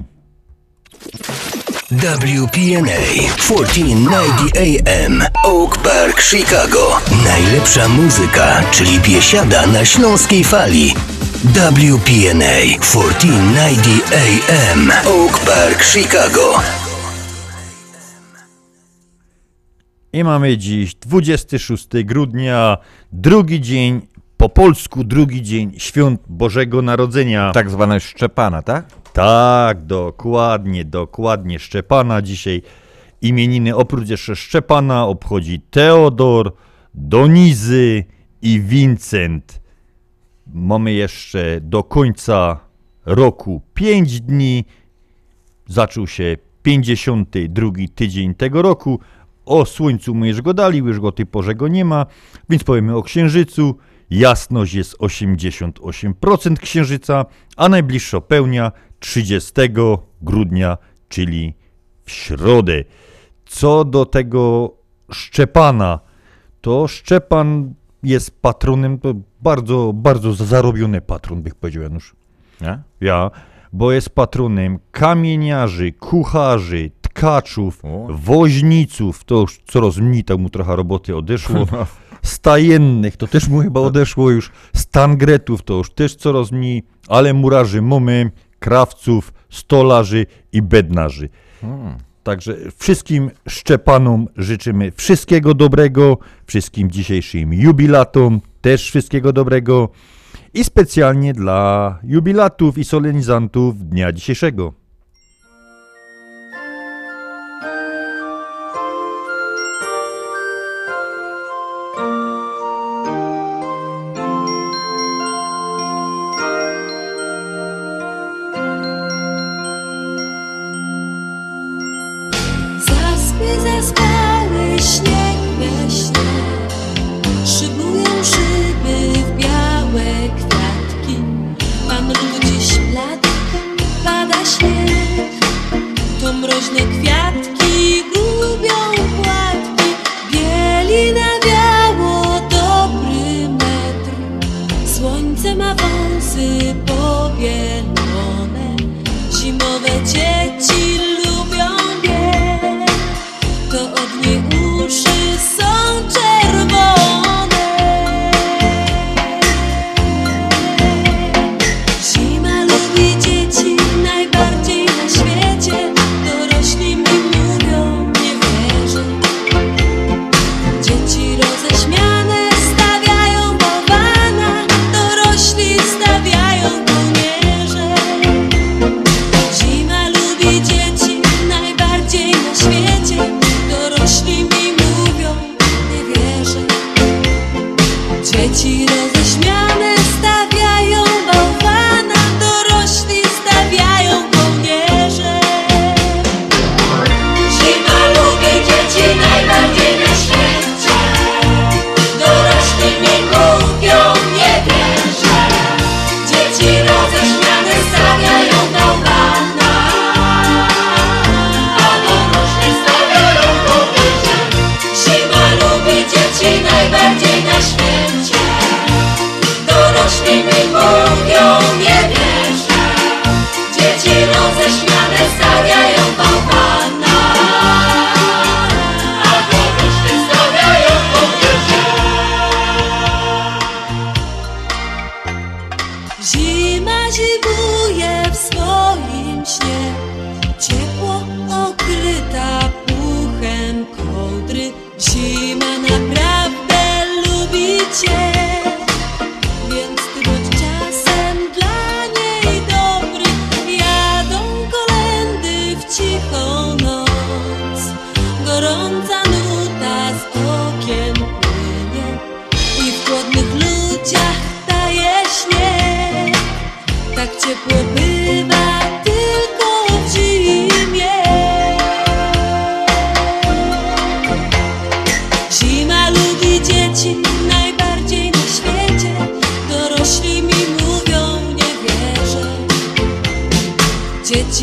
W P N A czternaście dziewięćdziesiąt A M Oak Park, Chicago. Najlepsza muzyka, czyli biesiada na Śląskiej Fali. W P N A czternaście dziewięćdziesiąt A M Oak Park, Chicago. I mamy dziś dwudziestego szóstego grudnia, drugi dzień, po polsku drugi dzień Świąt Bożego Narodzenia. Tak zwane Szczepana, tak? Tak, dokładnie, dokładnie. Szczepana dzisiaj imieniny oprócz jeszcze Szczepana obchodzi Teodor, Donizy i Wincent. Mamy jeszcze do końca roku pięć dni. Zaczął się pięćdziesiąty drugi tydzień tego roku. O słońcu my już go dali, już go tej porze go nie ma, więc powiemy o księżycu. Jasność jest osiemdziesiąt osiem procent księżyca, a najbliższa pełnia trzydziestego grudnia, czyli w środę. Co do tego Szczepana, to Szczepan jest patronem, to bardzo, bardzo zarobiony patron, bych powiedział, Janusz. Ja? Ja, bo jest patronem kamieniarzy, kucharzy, tkaczów, O. woźniców, to już coraz mniej tam mu trochę roboty odeszło, stajennych, to też mu chyba odeszło już, stangretów, to już też coraz mniej, ale murarzy mamy, krawców, stolarzy i bednarzy. Hmm. Także wszystkim Szczepanom życzymy wszystkiego dobrego, wszystkim dzisiejszym jubilatom też wszystkiego dobrego i specjalnie dla jubilatów i solenizantów dnia dzisiejszego. Zaspy, zaspały śnieg we śnie, szybują szyby w białe kwiatki. Pan rund dziś lat, pada śnieg, to mroźne kwiatki gubią płatki. Bieli nawiało dobry metr, słońce ma wąsy pobielone, zimowe dzieci lubią bieg, to od niej uszy są czerwone. Zima lubi dzieci najbardziej na świecie, dorośli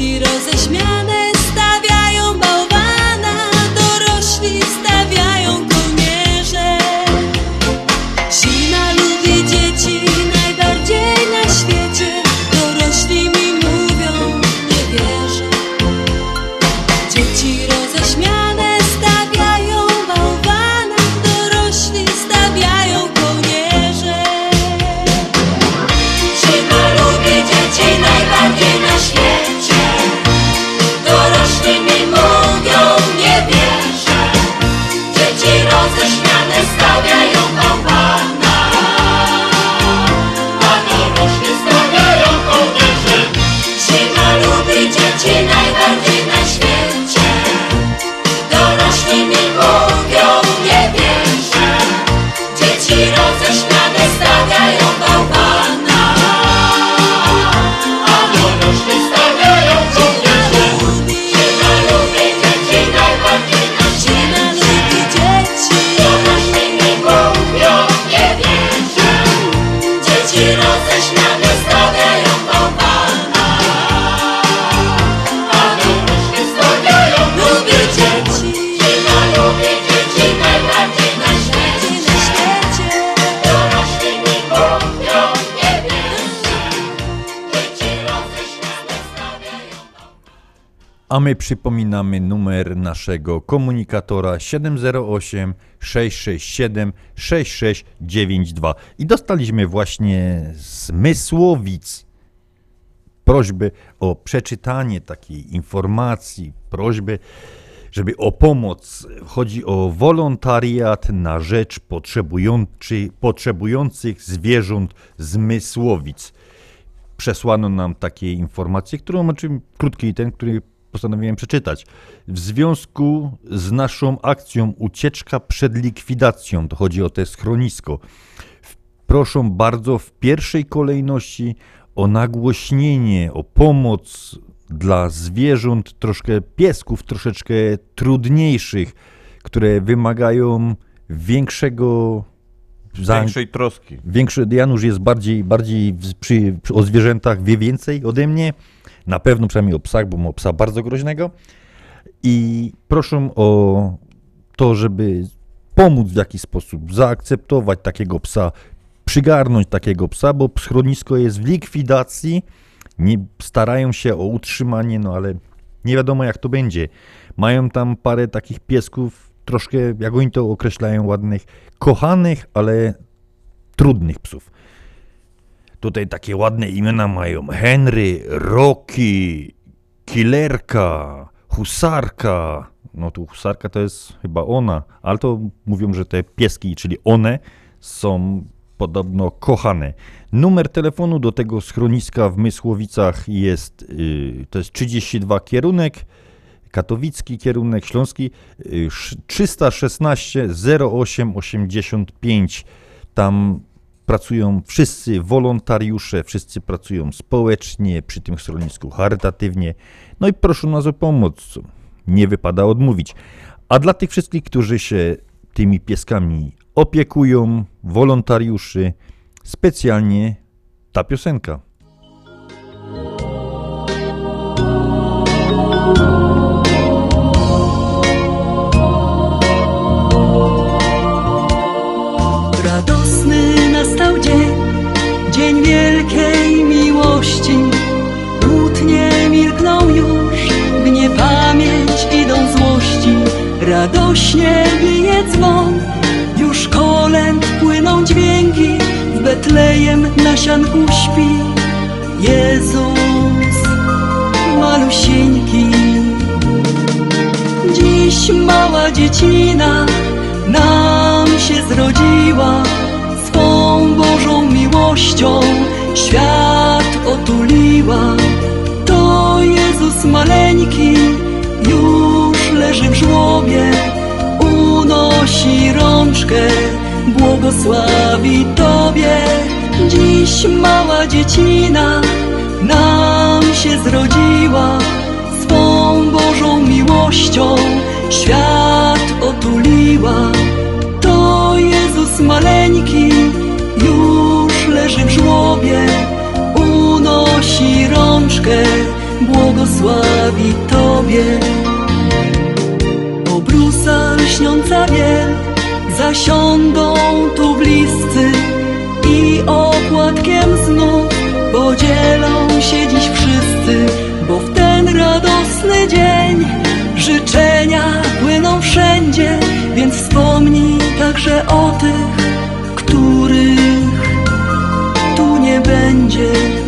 Dzieci roześmiane stawiają bałwana, dorośli stawiają kołnierze. Zima lubi dzieci najbardziej na świecie, dorośli mi mówią, nie wierzę. Dzieci roześmiane stawiają bałwana, dorośli stawiają kołnierze. Zima lubi dzieci najbardziej na świecie, dorośli mi mówią, nie wierzę. Dzieci roześmiane stawiają bałwana, a dorośli stawiają kołnierze. Zima lubi dzieci najbardziej na świecie, dorośli mi mówią, nie wierzę. Dzieci roześmiane stawiają bałwana, a dorośli stawiają kołnierze. Zima lubi dzieci najbardziej na świecie, dorośli mi mówią, nie wierzę. Dzieci roześmiane stawiają bałwana, a dorośli stawiają lubię dzieci. Zima lubi dzieci najbardziej na świecie, dorośli mi mówią, nie wierzę. Dzieci roześmiane stawiają. A my przypominamy numer naszego komunikatora siedem zero osiem sześć sześć siedem sześć sześć dziewięć dwa. I dostaliśmy właśnie z Mysłowic prośbę o przeczytanie takiej informacji, prośbę, żeby o pomoc. Chodzi o wolontariat na rzecz potrzebujący, potrzebujących zwierząt z Mysłowic. Przesłano nam takie informacje, którą, znaczy krótki ten, który postanowiłem przeczytać. W związku z naszą akcją Ucieczka przed likwidacją, to chodzi o te schronisko, proszę bardzo w pierwszej kolejności o nagłośnienie, o pomoc dla zwierząt, troszkę piesków, troszeczkę trudniejszych, które wymagają większego... Większej troski. Większy, Janusz jest bardziej, bardziej przy, przy, o zwierzętach wie więcej ode mnie, na pewno przynajmniej o psach, bo mam psa bardzo groźnego i proszę o to, żeby pomóc w jakiś sposób, zaakceptować takiego psa, przygarnąć takiego psa, bo schronisko jest w likwidacji, nie starają się o utrzymanie, no ale nie wiadomo jak to będzie. Mają tam parę takich piesków, troszkę, jak oni to określają, ładnych, kochanych, ale trudnych psów. Tutaj takie ładne imiona mają Henry, Rocky, Killerka, Husarka. No tu Husarka to jest chyba ona, ale to mówią, że te pieski, czyli one, są podobno kochane. Numer telefonu do tego schroniska w Mysłowicach jest, yy, to jest trzydzieści dwa kierunek, katowicki kierunek, śląski, yy, trzysta szesnaście zero osiem osiemdziesiąt pięć. Tam pracują wszyscy wolontariusze, wszyscy pracują społecznie, przy tym schronisku charytatywnie. No i proszę nas o pomoc, nie wypada odmówić. A dla tych wszystkich, którzy się tymi pieskami opiekują, wolontariuszy, specjalnie ta piosenka. Radosny nastał dzień, dzień wielkiej miłości. Kłótnie milkną już, w niepamięć idą złości. Radośnie bije dzwon, już kolęd płyną dźwięki. W Betlejem na sianku śpi Jezus malusieńki. Dziś mała dziecina nam się zrodziła, swą Bożą miłością świat otuliła. To Jezus maleńki już leży w żłobie, unosi rączkę, błogosławi Tobie. Dziś mała dziecina nam się zrodziła, swą Bożą miłością świat otuliła. To Jezus maleńki już leży w żłobie, unosi rączkę, błogosławi błogosławi Tobie. Obrusa lśniąca biel, zasiądą tu bliscy i opłatkiem znów podzielą się dziś wszyscy, bo w ten radosny dzień życzenia płyną wszędzie, więc wspomnij także o tych, których tu nie będzie.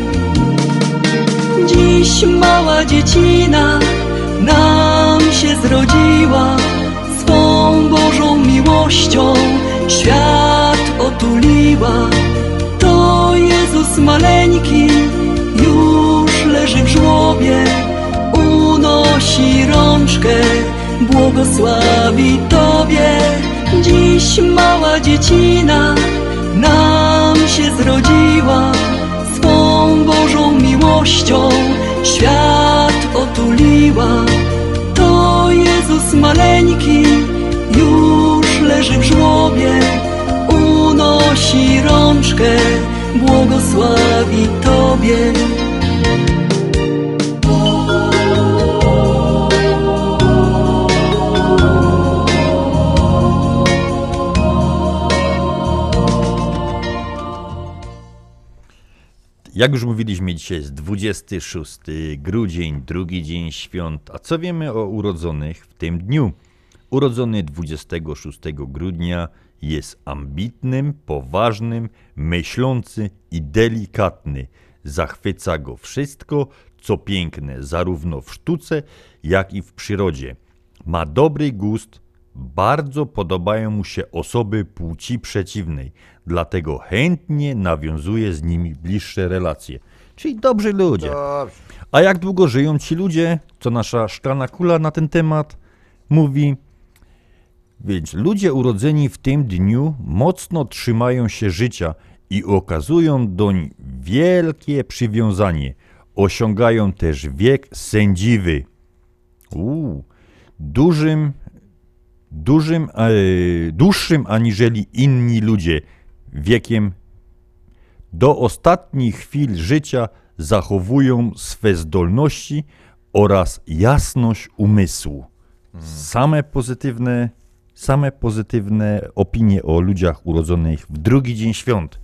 Dziś mała dziecina nam się zrodziła, swą Bożą miłością świat otuliła. To Jezus maleńki już leży w żłobie, unosi rączkę, błogosławi Tobie. Dziś mała dziecina nam się zrodziła, swą Bożą miłością świat otuliła. To Jezus maleńki już leży w żłobie, unosi rączkę, błogosławi Tobie. Jak już mówiliśmy, dzisiaj jest dwudziesty szósty grudzień, drugi dzień świąt. A co wiemy o urodzonych w tym dniu? Urodzony dwudziestego szóstego grudnia jest ambitnym, poważnym, myślący i delikatny. Zachwyca go wszystko, co piękne, zarówno w sztuce, jak i w przyrodzie. Ma dobry gust, bardzo podobają mu się osoby płci przeciwnej, dlatego chętnie nawiązuje z nimi bliższe relacje. Czyli dobrzy ludzie. A jak długo żyją ci ludzie? Co nasza szklana kula na ten temat mówi? Więc ludzie urodzeni w tym dniu mocno trzymają się życia i okazują doń wielkie przywiązanie. Osiągają też wiek sędziwy. Uuu, dużym, dużym, e, dłuższym aniżeli inni ludzie. Wiekiem do ostatnich chwil życia zachowują swe zdolności oraz jasność umysłu. Same pozytywne, same pozytywne opinie o ludziach urodzonych w drugi dzień świąt.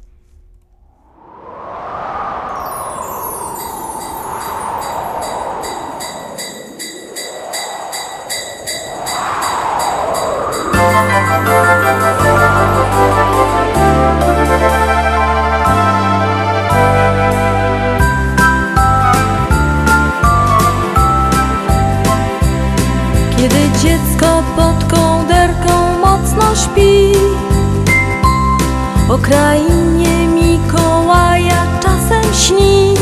Kiedy dziecko pod kołderką mocno śpi, o krainie Mikołaja czasem śni,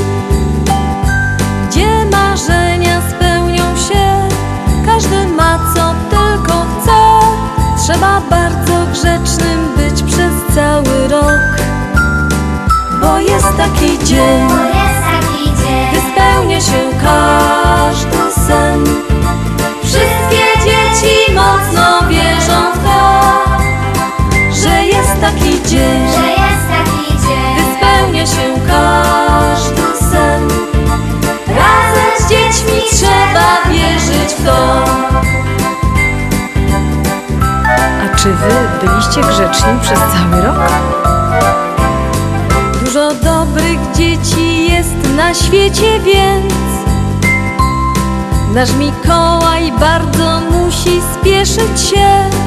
gdzie marzenia spełnią się, każdy ma co tylko chce. Trzeba bardzo grzecznym być przez cały rok, bo jest taki dzień, gdy spełnia się każdy sen. Wszystkie dzieci mocno wierzą w to, że jest taki dzień, gdy spełnia się każdy sen. Razem z dziećmi trzeba wierzyć w to. A czy wy byliście grzeczni przez cały rok? Dużo dobrych dzieci jest na świecie, więc nasz Mikołaj bardzo musi spieszyć się.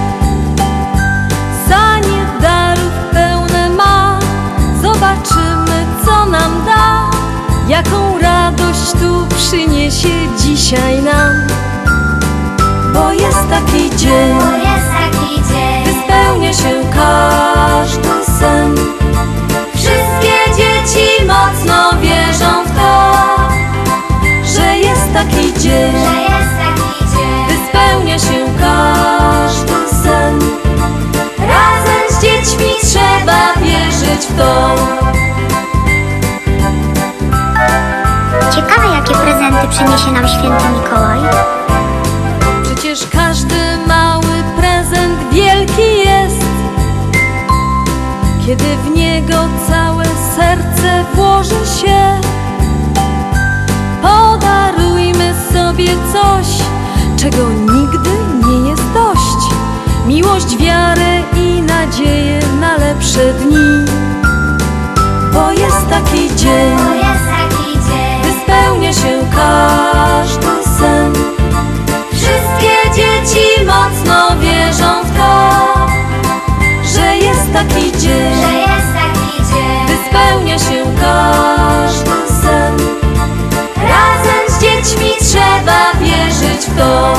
Sanie darów pełne ma, zobaczymy co nam da, jaką radość tu przyniesie dzisiaj nam. Bo jest taki dzień, gdy spełnia się każdy sen. Wszystkie dzieci mocno wierzą w to, że jest taki dzień, gdy spełnia się każdy sen. Razem z dziećmi trzeba wierzyć w to. Ciekawe, jakie prezenty przyniesie nam święty Mikołaj. Przecież każdy mały prezent wielki jest, kiedy w niego całe serce włoży się. Podarujmy sobie mieć wiarę i nadzieję na lepsze dni. Bo jest taki dzień, gdy spełnia się każdy sen. Wszystkie dzieci mocno wierzą w to, że jest taki dzień, gdy spełnia się każdy sen. Razem z dziećmi trzeba wierzyć w to.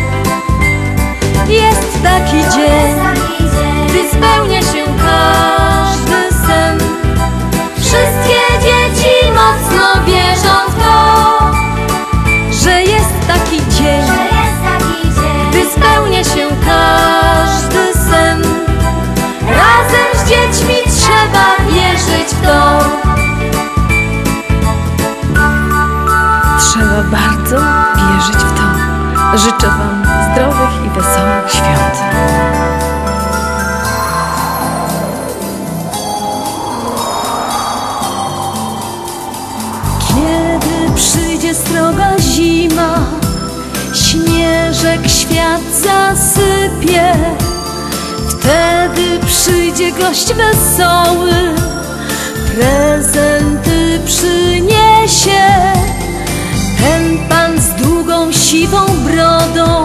Jest taki dzień, gdy spełnia się każdy sen. Wszystkie dzieci mocno wierzą w to, że jest taki dzień, gdy spełnia się każdy sen. Razem z dziećmi trzeba wierzyć w to. Trzeba bardzo wierzyć w to. Życzę Wam zdrowych i wesołych świąt. Kiedy przyjdzie sroga zima, śnieżek świat zasypie, wtedy przyjdzie gość wesoły, prezenty przyniesie. Ten pan z długą siwą brodą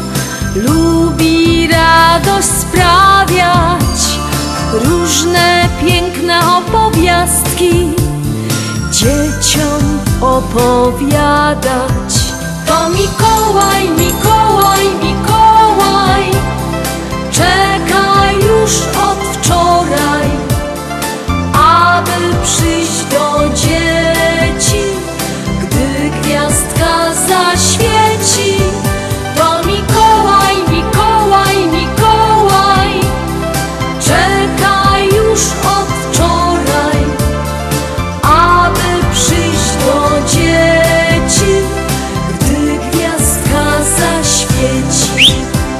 lubi radość sprawiać, różne piękne opowiastki dzieciom opowiadać. To Mikołaj, Mikołaj, Mikołaj czeka już od wczoraj, aby przyjść do dzieci, gdy gwiazdka zaświeci. To Mikołaj, Mikołaj, Mikołaj czeka już od wczoraj, aby przyjść do dzieci, gdy gwiazdka zaświeci.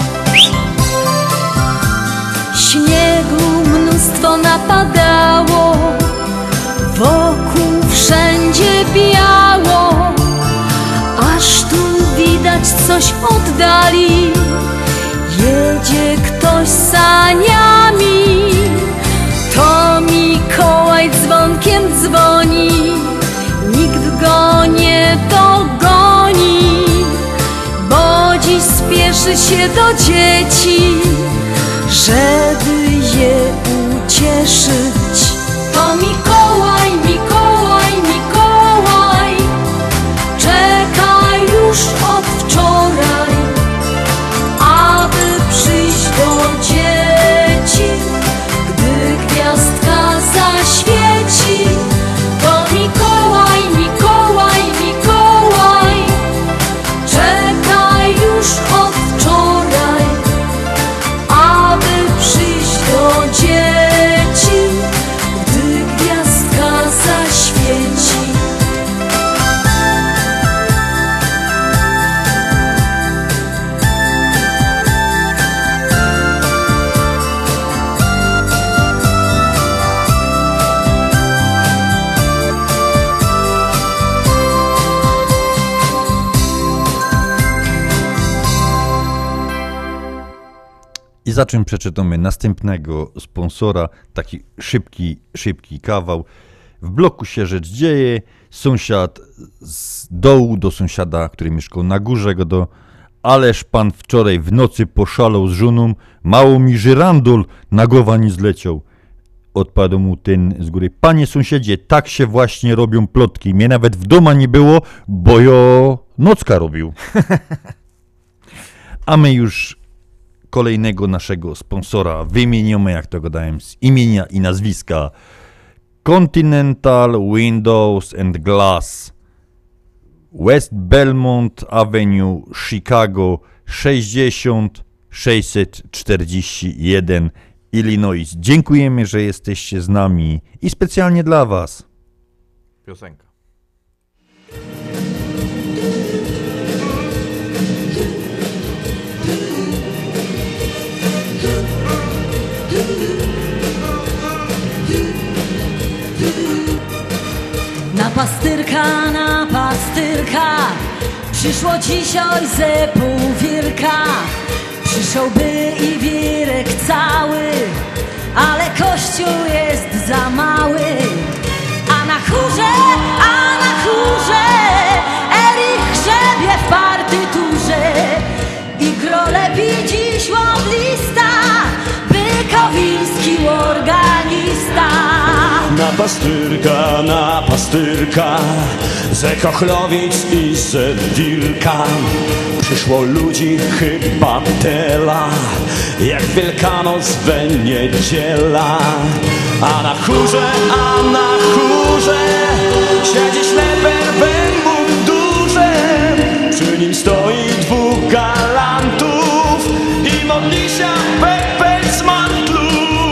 Śniegu mnóstwo napadało, wokół wszędzie biało, aż tu widać coś w oddali, jedzie ktoś saniami. To Mikołaj dzwonkiem dzwoni, nikt go nie dogoni, bo dziś spieszy się do dzieci, żeby je ucieszyć. To Mikołaj, Mikołaj, Mikołaj czeka już od wczoraj, aby przyjść do dzieci, gdy gwiazdka zaświeci. To Mikołaj, Mikołaj, Mikołaj czeka już od wczoraj, aby przyjść do dzieci, gdy gwiazdka zaświeci. I za czym przeczytamy następnego sponsora, taki szybki, szybki kawał. W bloku się rzecz dzieje, sąsiad z dołu do sąsiada, który mieszkał na górze go do... Ależ pan wczoraj w nocy poszalał z żoną, mało mi żyrandol na głowa nie zleciał. Odpadł mu ten z góry. Panie sąsiedzie, tak się właśnie robią plotki. Mnie nawet w domu nie było, bo jo nocka robił. A my już kolejnego naszego sponsora wymieniamy, jak to gadałem, z imienia i nazwiska. Continental Windows and Glass, West Belmont Avenue, Chicago, sześćdziesiąt sześćset czterdzieści jeden, Illinois. Dziękujemy, że jesteście z nami i specjalnie dla Was piosenka. Na pastyrka, na pastyrka przyszło dzisiaj ze pół wilka. Przyszłby i wirek cały, ale kościół jest za mały. A na chórze, a na chórze Erich grzebie w partyturze i grole widzi śłoblista, Bykowiński organista. Na pastyrka, na pastyrka, ze Kochlowic i ze Wilka przyszło ludzi chyba tela, jak Wielkanoc we niedziela. A na chórze, a na chórze siedzi szleper w mundurze, przy nim stoi dwóch galantów i modli się Pepe z mantlu.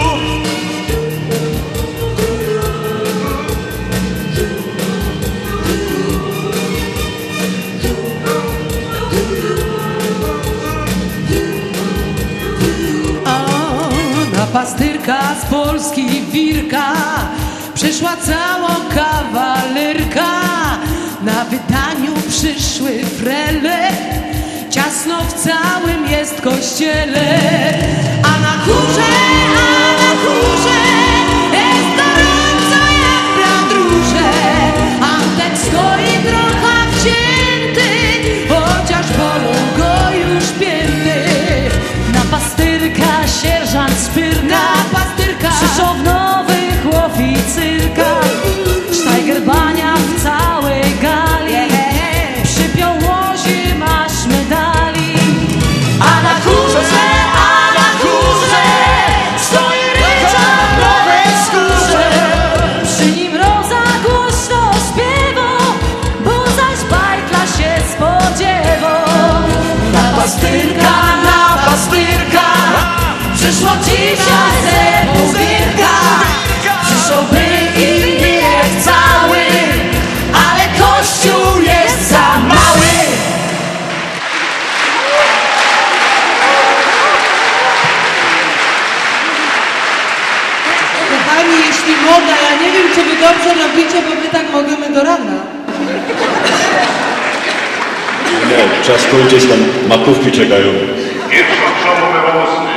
Na pastyrka z Polski wirka przyszła cała kawalerka. Na wydaniu przyszły frele, ciasno w całym jest kościele. A na górze, a na górze jest gorąco jak w bladrurze. Antek stoi trochę wcięty, chociaż bolą go już pięty. Na pastyrka sierżant Spyrka, na pastyrka przyszło w nowych oficyrkach. Sztajger bania w całej gali, przypiął łozi masz medali. A na górze, a na górze stoi ryczałt w nowej skórze, przy nim roza głośno śpiewa, bo zaś bajtla się spodziewa. Na pastyrka, na pastyrka przyszło dzisiaj ze Bugierka. Przyszłoby i wirek cały, ale kościół jest za mały. Kochani, jeśli mogę, ja nie wiem, czy wy dobrze robicie, bo my tak możemy do rana. Nie, czas kończyć, tam makówki czekają. Pierwszą przełomowę mocny.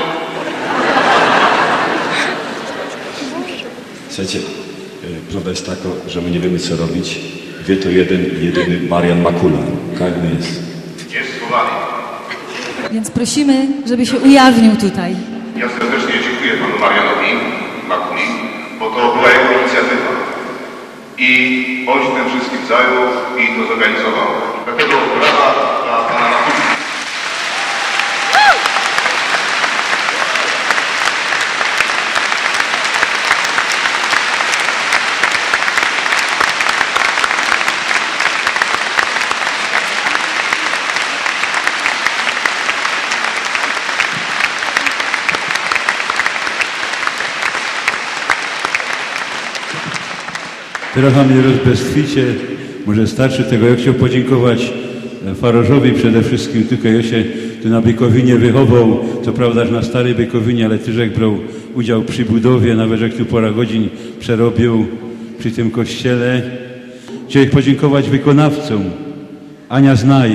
Słuchajcie, prawda jest taka, że my nie wiemy co robić. Wie to jeden, jedyny Marian Makula. Każdy jest. Jest schowany. Więc prosimy, żeby się ujawnił tutaj. Ja serdecznie dziękuję panu Marianowi Makuli, bo to była jego inicjatywa. I on się tym wszystkim zajął i to zorganizował. Dlatego brawa dla pana Makuli. Teraz mam nie rozbestwicie, może starszy tego. Ja chciał podziękować Farożowi przede wszystkim, tylko ja się tu na Bykowinie wychował, co prawda na starej Bykowinie, ale Tyżek brał udział przy budowie, nawet jak tu pora godzin przerobił przy tym kościele. Chciałem podziękować wykonawcom. Ania Znaj,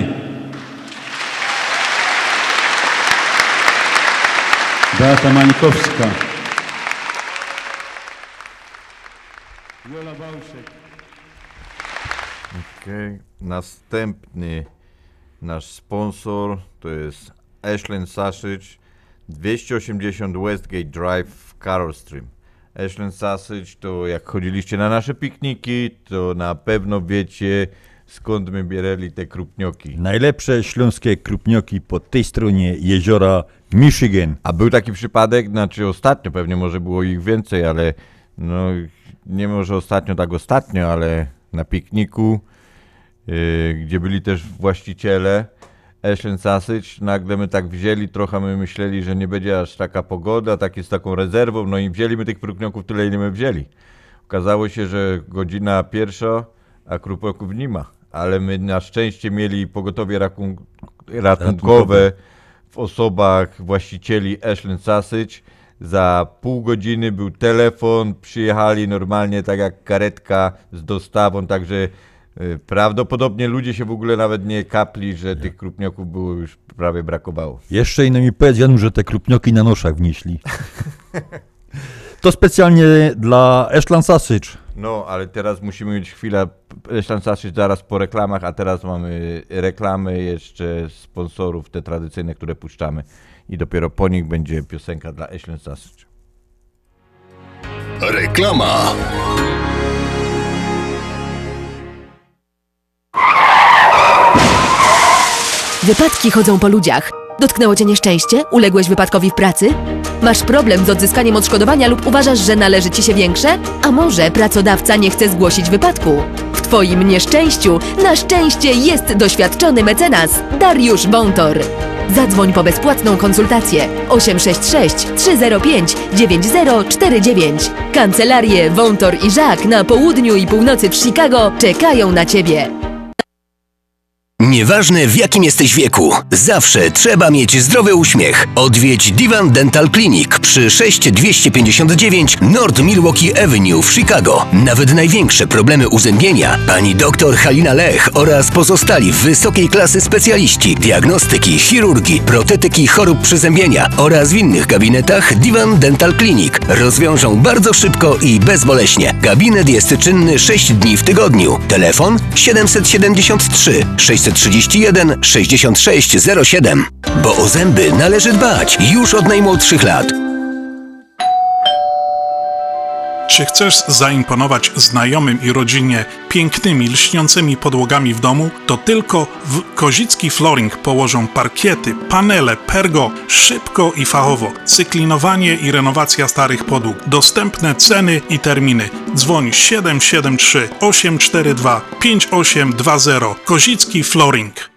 Beata Mańkowska, Jola Bałszek. Okay. Następny nasz sponsor to jest Ashland Sausage, dwieście osiemdziesiąt Westgate Drive w Carol Stream. Ashland Sausage to jak chodziliście na nasze pikniki, to na pewno wiecie, skąd my bierali te krupnioki. Najlepsze śląskie krupnioki po tej stronie jeziora Michigan. A był taki przypadek, znaczy ostatnio, pewnie może było ich więcej, ale no nie może ostatnio, tak ostatnio, ale na pikniku, yy, gdzie byli też właściciele Ashland Sausage, nagle my tak wzięli, trochę my myśleli, że nie będzie aż taka pogoda, tak jest taką rezerwą, no i wzięli my tych krupnioków tyle, ile my wzięli. Okazało się, że godzina pierwsza, a krupnioków nie ma, ale my na szczęście mieli pogotowie rakun- ratunkowe w osobach właścicieli Ashland Sausage. Za pół godziny był telefon, przyjechali normalnie tak jak karetka z dostawą, także Y, Prawdopodobnie ludzie się w ogóle nawet nie kapli, że tych krupnioków było już prawie brakowało. Jeszcze innym mi powiedz, Janu, że te krupnioki na noszach wnieśli. To specjalnie dla Ashland Sausage. No, ale teraz musimy mieć chwilę, Ashland Sausage zaraz po reklamach, a teraz mamy reklamy jeszcze sponsorów, te tradycyjne, które puszczamy. I dopiero po nich będzie piosenka dla Ashland Sausage. Reklama. Wypadki chodzą po ludziach. Dotknęło cię nieszczęście? Uległeś wypadkowi w pracy? Masz problem z odzyskaniem odszkodowania lub uważasz, że należy ci się większe? A może pracodawca nie chce zgłosić wypadku? W twoim nieszczęściu na szczęście jest doświadczony mecenas Dariusz Wątor. Zadzwoń po bezpłatną konsultację osiem sześć sześć trzy zero pięć dziewięć zero cztery dziewięć. Kancelarie Wątor i Żak na południu i północy w Chicago czekają na ciebie. Nieważne w jakim jesteś wieku, zawsze trzeba mieć zdrowy uśmiech. Odwiedź Divan Dental Clinic przy sześć tysięcy dwieście pięćdziesiąt dziewięć North Milwaukee Avenue w Chicago. Nawet największe problemy uzębienia pani doktor Halina Lech oraz pozostali wysokiej klasy specjaliści diagnostyki, chirurgii, protetyki chorób przyzębienia oraz w innych gabinetach Divan Dental Clinic rozwiążą bardzo szybko i bezboleśnie. Gabinet jest czynny sześć dni w tygodniu. Telefon siedemset siedemdziesiąt trzy sześćset trzydzieści jeden sześćdziesiąt sześć zero siedem. Bo o zęby należy dbać już od najmłodszych lat. Czy chcesz zaimponować znajomym i rodzinie pięknymi, lśniącymi podłogami w domu? To tylko w Kozicki Flooring położą parkiety, panele, pergo, szybko i fachowo. Cyklinowanie i renowacja starych podłóg. Dostępne ceny i terminy. Dzwoń siedem siedem trzy osiem cztery dwa pięć osiem dwa zero. Kozicki Flooring.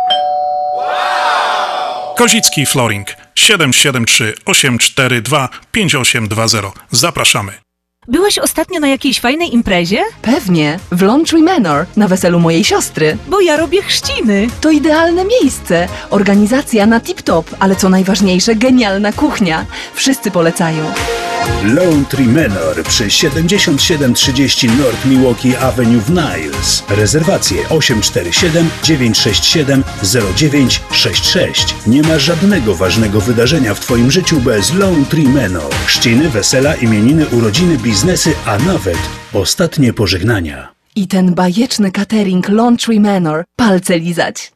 Kozicki Flooring siedem siedem trzy osiem cztery dwa pięć osiem dwa zero. Zapraszamy. Byłeś ostatnio na jakiejś fajnej imprezie? Pewnie, w Laundry Manor, na weselu mojej siostry. Bo ja robię chrzciny. To idealne miejsce. Organizacja na tip-top, ale co najważniejsze, genialna kuchnia. Wszyscy polecają. Laundry Manor przy siedemdziesiąt siedem trzydzieści North Milwaukee Avenue w Niles. Rezerwacje osiem cztery siedem dziewięć sześć siedem zero dziewięć sześć sześć. Nie ma żadnego ważnego wydarzenia w twoim życiu bez Laundry Manor. Chrzciny, wesela, imieniny, urodziny, biznesy, a nawet ostatnie pożegnania. I ten bajeczny catering Laundry Manor. Palce lizać.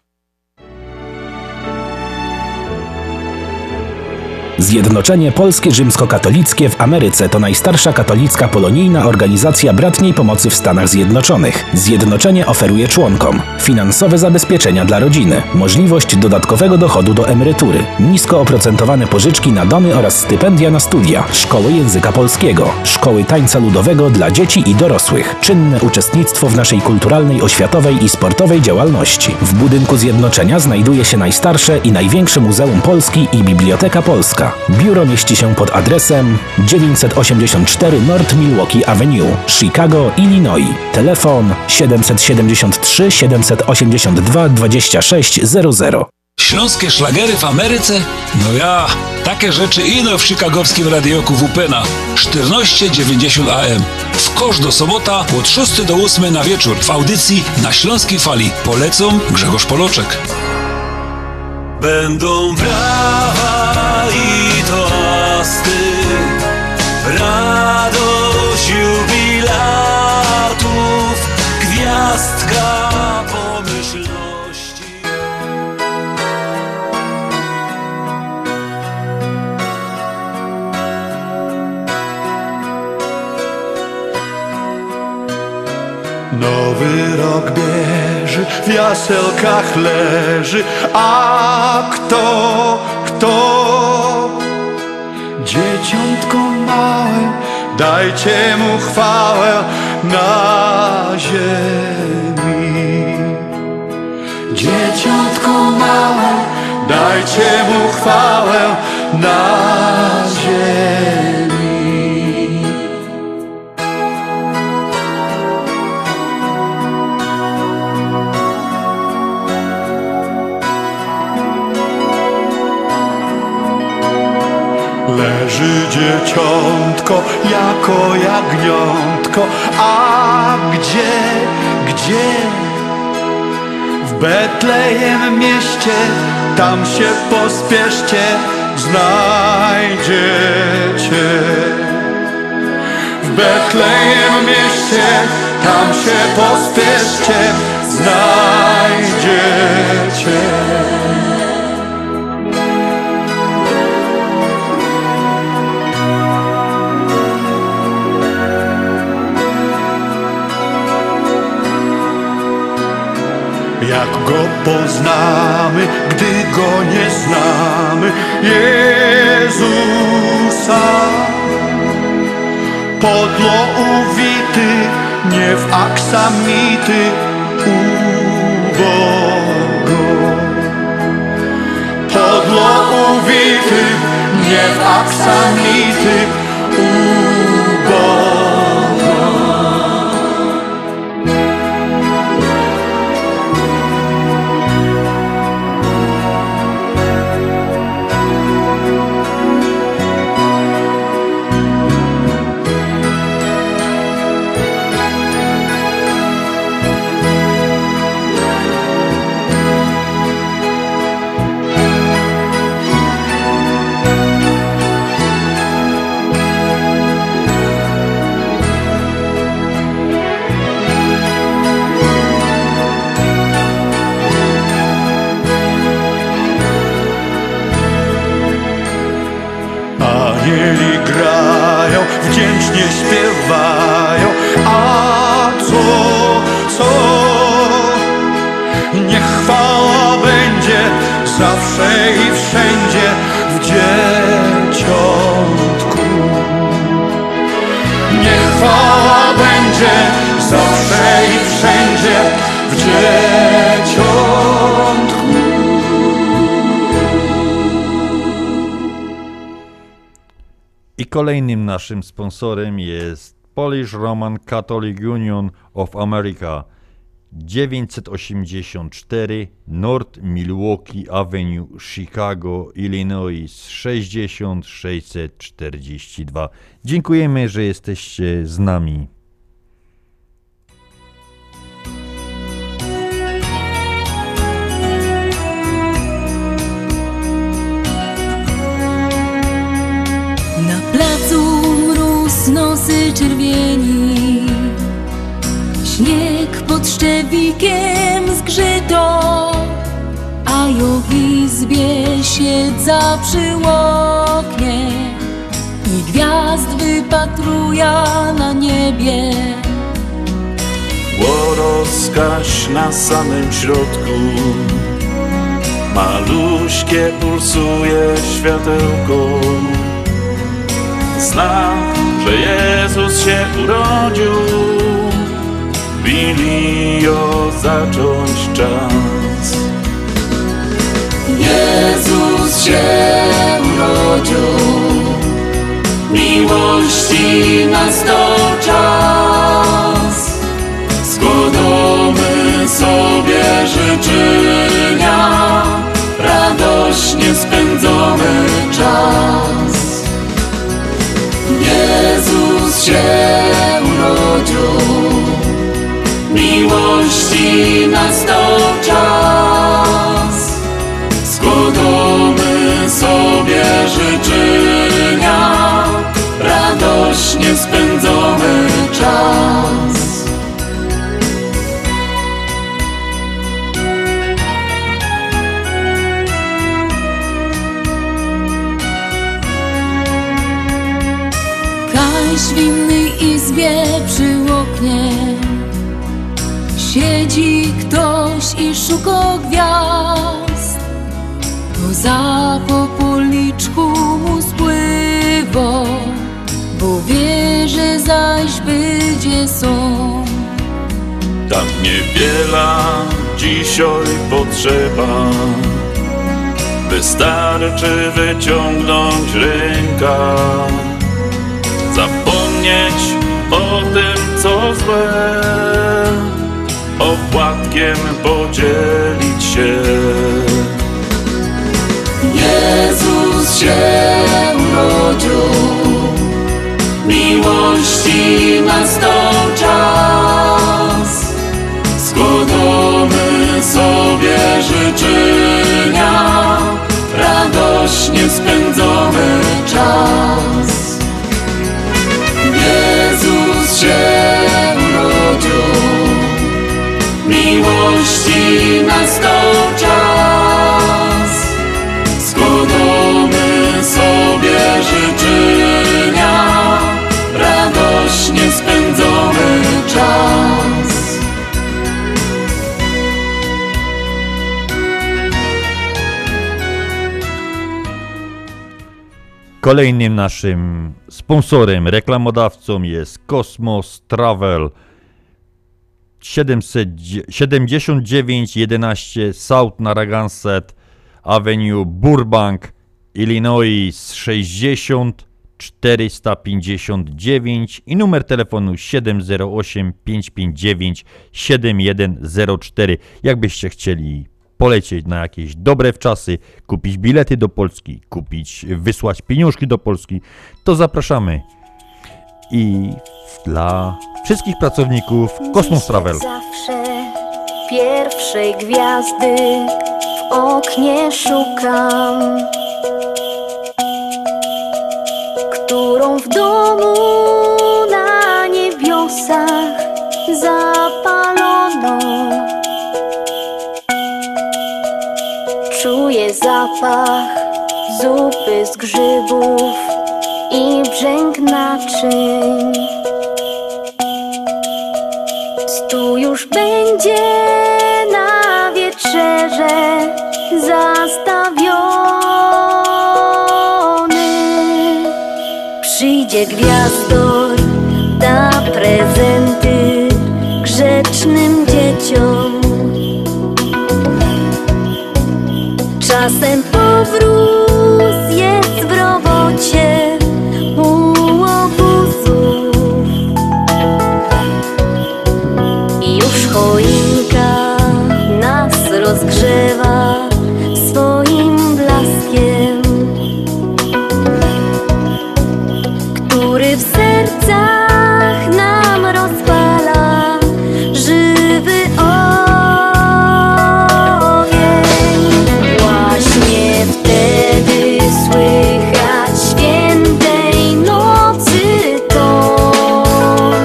Zjednoczenie Polskie Rzymskokatolickie w Ameryce to najstarsza katolicka polonijna organizacja bratniej pomocy w Stanach Zjednoczonych. Zjednoczenie oferuje członkom finansowe zabezpieczenia dla rodziny, możliwość dodatkowego dochodu do emerytury, nisko oprocentowane pożyczki na domy oraz stypendia na studia, szkoły języka polskiego, szkoły tańca ludowego dla dzieci i dorosłych, czynne uczestnictwo w naszej kulturalnej, oświatowej i sportowej działalności. W budynku Zjednoczenia znajduje się najstarsze i największe Muzeum Polski i Biblioteka Polska. Biuro mieści się pod adresem dziewięćset osiemdziesiąt cztery North Milwaukee Avenue, Chicago, Illinois. Telefon siedemset siedemdziesiąt trzy siedemset osiemdziesiąt dwa dwadzieścia sześć zero zero. Śląskie szlagery w Ameryce? No ja, takie rzeczy ino w chicagowskim radioku W P na czternaście dziewięćdziesiąt A M. W kosz do sobota od szóstej do ósmej na wieczór w audycji na Śląskiej Fali. Polecą Grzegorz Poloczek. Będą brawa i toasty, radość jubilatów, gwiazdka pomyślności. Nowy rok bierze, w jaselkach leży, a kto, kto? Dzieciątko małe, dajcie mu chwałę na ziemi. Dzieciątko małe, dajcie mu chwałę na ziemi. Leży dzieciątko jako jagniątko, a gdzie, Gdzie? W Betlejem mieście, tam się pospieszcie, znajdziecie. W Betlejem mieście, tam się pospieszcie, znajdziecie. Jak go poznamy, gdy go nie znamy, Jezusa. Podło uwity, nie w aksamity, ubogo. Podło uwity, nie w aksamity, ubogo. Anieli grają, wdzięcznie śpiewają, a co, co? Niech chwała będzie zawsze i wszędzie w dzieciątku. Niech chwała będzie zawsze i wszędzie w dzieciątku. I kolejnym naszym sponsorem jest Polish Roman Catholic Union of America, dziewięćset osiemdziesiąt cztery North Milwaukee Avenue, Chicago, Illinois sześćdziesiąt sześćset czterdzieści dwa. Dziękujemy, że jesteście z nami. Na placu mróz, nosy czerwieni, śnieg pod szczewikiem zgrzyto, a ja w izbie siedza przy oknie i gwiazd wypatruja na niebie. Łoroskaś na samym środku, maluśkie pulsuje światełko. Znak, że Jezus się urodził, Bilio zacząć czas. Jezus się urodził, miłości nastał czas. Składamy sobie życzenia, radośnie spędzony czas. Jezus się urodził, miłości nastał czas. Składamy sobie życzenia, radośnie spędzony czas. Kaś w innej izbie przy oknie siedzi ktoś i szuka gwiazd. Łza po policzku mu spływa, bo wie, że zaś będzie są. Tak niewiele dzisiaj potrzeba, wystarczy wyciągnąć rękę, zapomnieć o tym, co złe, opłatkiem podzielić się. Jezus się urodził, miłości nastał czas. Kolejnym naszym sponsorem, reklamodawcą jest Cosmos Travel siedemdziesiąt dziewięć jedenaście South Narragansett Avenue, Burbank, Illinois sześćdziesiąt czterysta pięćdziesiąt dziewięć i numer telefonu siedem zero osiem pięć pięć dziewięć siedem jeden zero cztery. Jakbyście chcieli polecieć na jakieś dobre wczasy, kupić bilety do Polski, kupić, wysłać pieniążki do Polski, to zapraszamy. I dla wszystkich pracowników Cosmos Travel. Zawsze pierwszej gwiazdy w oknie szukam, którą w domu na niebiosach zapalono. Czuję zapach zupy z grzybów i brzęk naczyń. Stół już będzie na wieczerze zastawiony. Przyjdzie gwiazdor, da prezenty grzecznym dzieciom. Czasem powróz jest w robocie u obozów i już choinka nas rozgrzewa swoim blaskiem, który w sercach nam rozpala żywy słychać świętej nocy ton,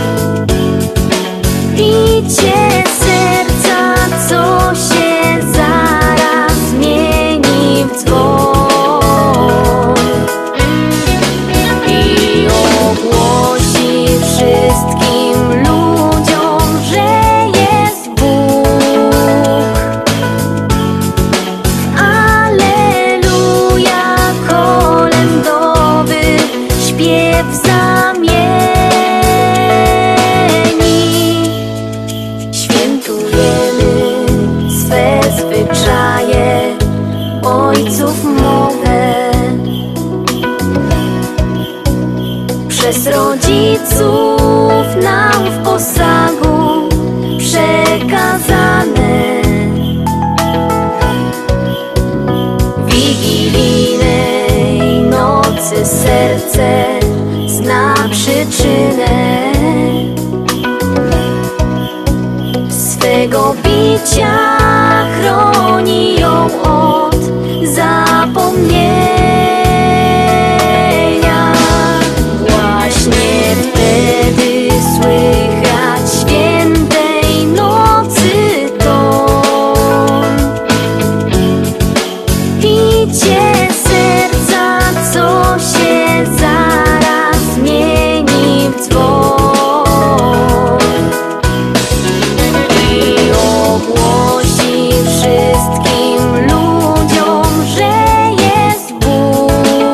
bicie serca, co się zaraz zmieni w dzwon i ogłosi wszystkim ludziom, że jest Bóg. Śpiew zamieni, świętujemy swe zwyczaje, ojców mowę, przez rodziców nam w posagu przekazane. Wigilijnej nocy serce zna przyczynę swego bicia, chroni ją od zapomnienia. Właśnie wtedy słychać świętej nocy ton, bicie serca, co się zaraz zmieni w dzwon i ogłosi wszystkim ludziom, że jest Bóg.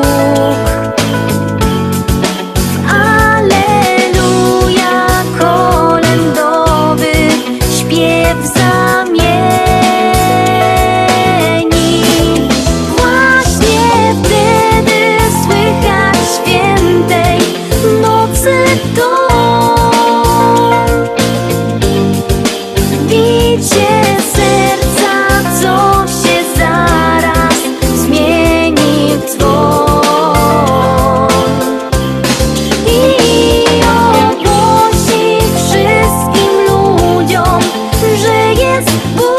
Alleluja, kolędowy śpiew zamieni. Właśnie wtedy słychać świętej nocy ton, bicie serca, co się zaraz zmieni w dzwon i ogłosi wszystkim ludziom, że jest Bóg.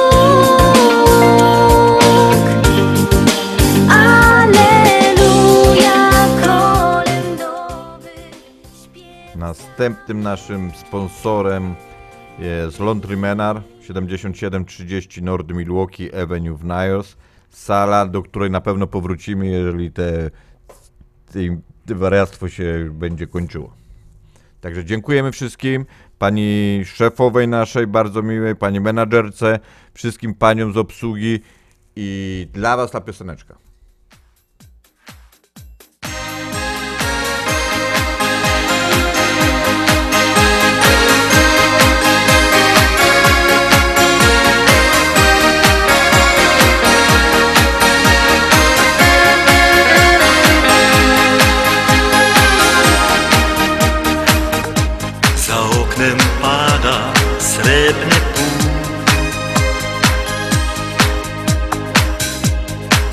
Alleluja, kolędowy śpiew. Następnym naszym sponsorem jest Laundry Manor, siedemdziesiąt siedem trzydzieści North Milwaukee Avenue w Niles. Sala, do której na pewno powrócimy, jeżeli te, te, te wariactwo się będzie kończyło. Także dziękujemy wszystkim, pani szefowej naszej bardzo miłej, pani menadżerce, wszystkim paniom z obsługi i dla was ta pioseneczka.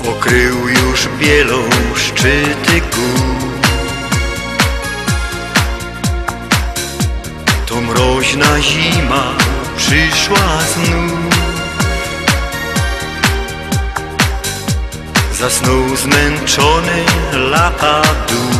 Okrył już bielą szczyty gór. To mroźna zima przyszła znów. Zasnął zmęczony lata dół.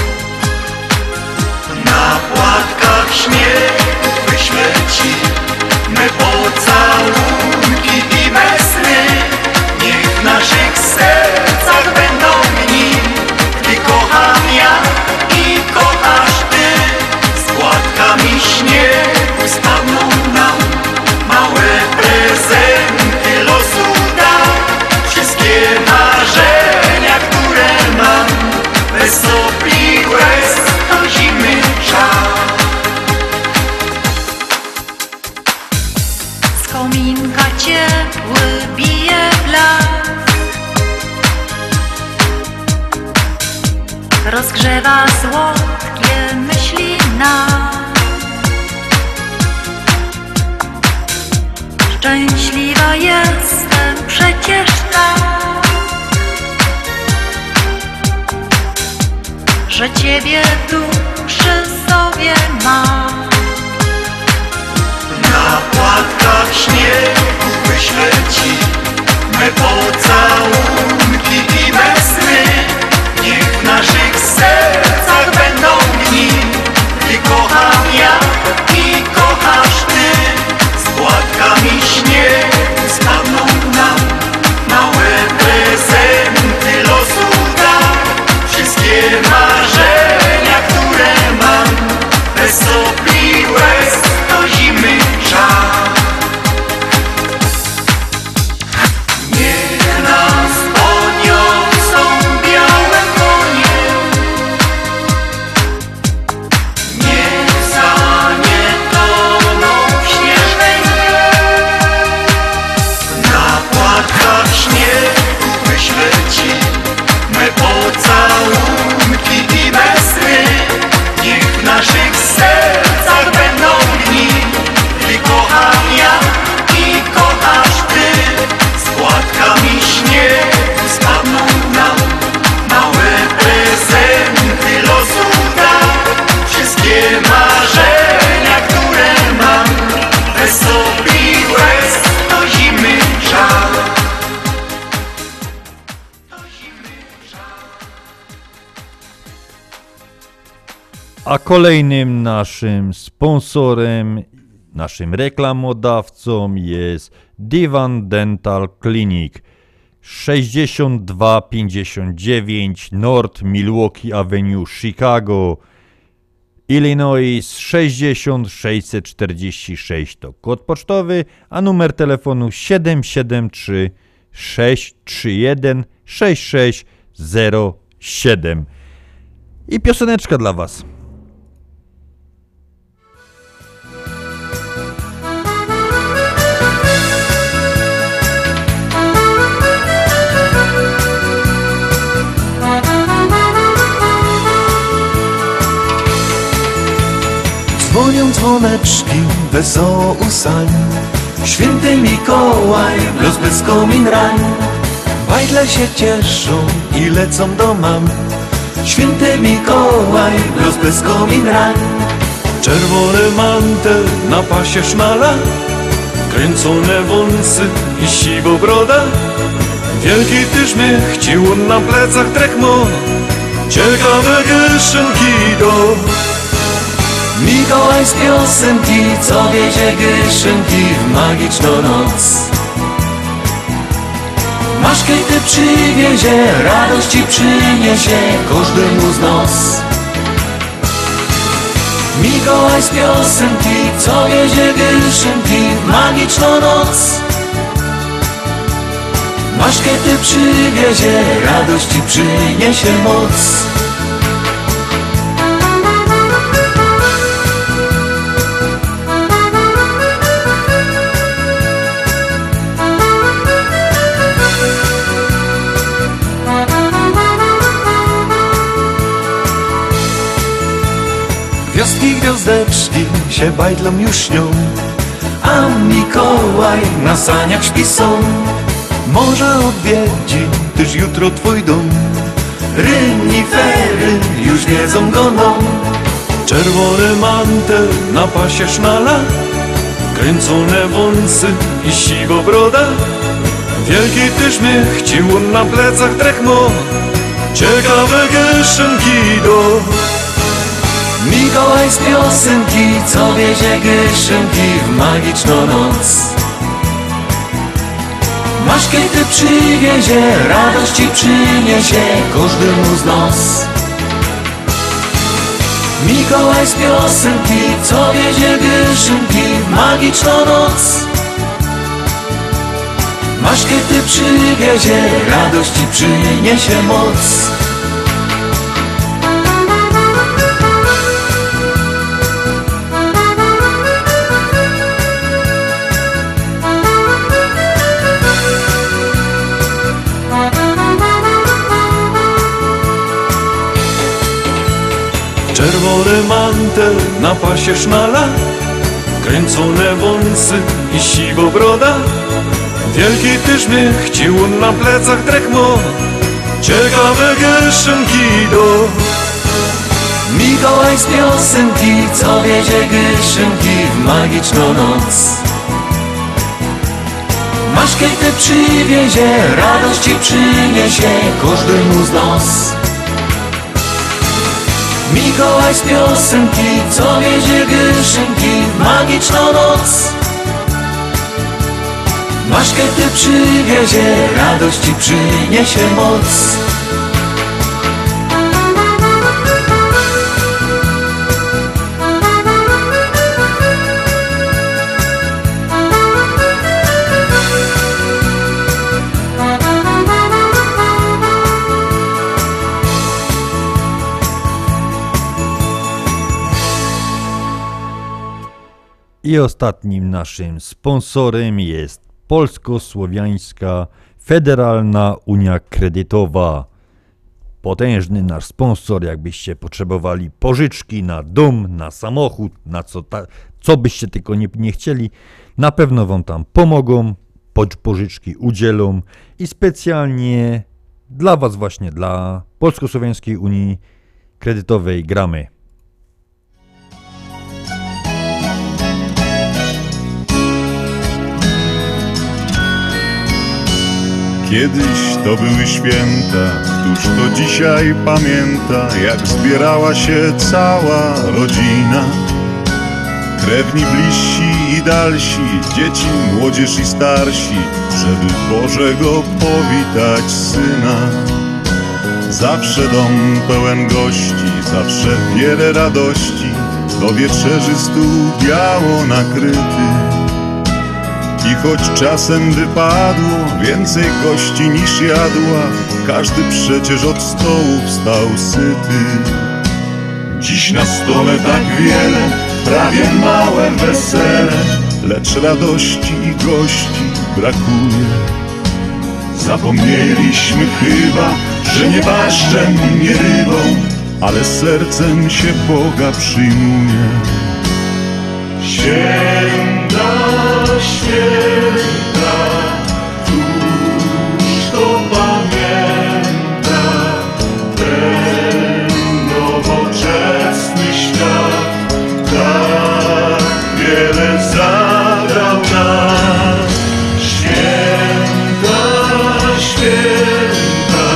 Na płatkach śniegu wyślę ci me pocałunki i me sny. Niech w naszych sercach będą dni, gdy kocham ja i kochasz ty. Z płatkami śniegu spadną nam małe prezenty losu dał. Wszystkie marzenia, które mam, bez sopli łez to zimy żal. Z kominka ciepły bije blask, rozgrzewa słodkie myśli nas. Szczęśliwa jestem przecież tak, że ciebie tu przy sobie mam. Na płatkach śniegu wyślę ci me pocałunki i me sny. Niech w naszych sercach będą dni, gdy kocham ja i kochasz ty. Z płatkami śniegu spadną nam małe prezenty losu dał. Wszystkie marzenia, które mam, bez sopli łez to zimy żal. Niech nas poniosą białe konie, niech za nie toną w śnieżnej mgle. Na płatkach śniegu wyślę ci me pocałunki i me sny. Niech w naszych sercach będą dni, gdy kocham ja i kochasz ty. Z płatkami śniegu spadną nam małe prezenty losu dał. Wszystkie marzenia, które mam, bez sopli łez to zimy żal. A kolejnym naszym sponsorem, naszym reklamodawcą jest Divan Dental Clinic sześćdziesiąt dwa pięćdziesiąt dziewięć North Milwaukee Avenue, Chicago, Illinois sześćdziesiąt sześćset czterdzieści sześć to kod pocztowy, a numer telefonu siedem siedem trzy sześć trzy jeden sześć sześć zero siedem. I pioseneczka dla was. Dzwonią dzwoneczki, wesoło sań. Święty Mikołaj, los bez komin rań. Bajtle się cieszą i lecą do mam. Święty Mikołaj, los bez komin rań. Czerwony mantel na pasie szmala, kręcone wąsy i siwo broda. Wielki ty śmiech, ciłun na plecach trekmo, ciekawe kieszonki do. Mikołaj z piosenki, co wiezie kieszonki w magiczną noc. Maszkę ty przywiezie, radości przyniesie każdemu z nas. Mikołaj z piosenki, co wiezie kieszonki w magiczną noc. Maszkę ty przywiezie, radości przyniesie moc. Gwiazdki, gwiazdeczki się bajtlom już śnią, a Mikołaj na saniach śpi są. Może odwiedzi też jutro twój dom. Renifery już wiedzą go no. Czerwony mantel na pasie sznala, kręcone wąsy i siwo broda. Wielki ty śmiech, ciłun na plecach trechmo, ciekawe kieszonki do. Mikołaj z piosenki, co wiezie kieszonki w magiczną noc. Masz kiedy przywiezie, radości przyniesie każdemu z nas. Mikołaj z piosenki, co wiezie kieszonki w magiczną noc. Masz kiedy przywiezie, radości przyniesie moc. Czerwony mantel na pasie sznala, kręcone wąsy i siwo broda. Wielki ty śmiech, ciłun na plecach trechmo, ciekawe kieszonki do. Mikołaj z piosenki, co wiezie kieszonki w magiczną noc. Masz kiedy przywiezie, radości przyniesie każdemu z nas. Mikołaj z piosenki, co wiezie kieszonki w magiczną noc. Masz kiedy przywiezie, radości przyniesie moc. I ostatnim naszym sponsorem jest Polsko-Słowiańska Federalna Unia Kredytowa. Potężny nasz sponsor, jakbyście potrzebowali pożyczki na dom, na samochód, na co, ta, co byście tylko nie, nie chcieli, na pewno wam tam pomogą, pożyczki udzielą i specjalnie dla was właśnie, dla Polsko-Słowiańskiej Unii Kredytowej gramy. Kiedyś to były święta, któż to dzisiaj pamięta, jak zbierała się cała rodzina. Krewni bliżsi i dalsi, dzieci, młodzież i starsi, żeby Bożego powitać Syna. Zawsze dom pełen gości, zawsze wiele radości, do wieczerzy stół biało nakryty. I choć czasem wypadło więcej kości niż jadła, każdy przecież od stołu wstał syty. Dziś na stole tak wiele, prawie małe wesele, lecz radości i gości brakuje. Zapomnieliśmy chyba, że nie paszczem, nie rybą, ale sercem się Boga przyjmuje. Święta, święta, któż to pamięta, ten nowoczesny świat tak wiele zabrał nas. Święta, święta,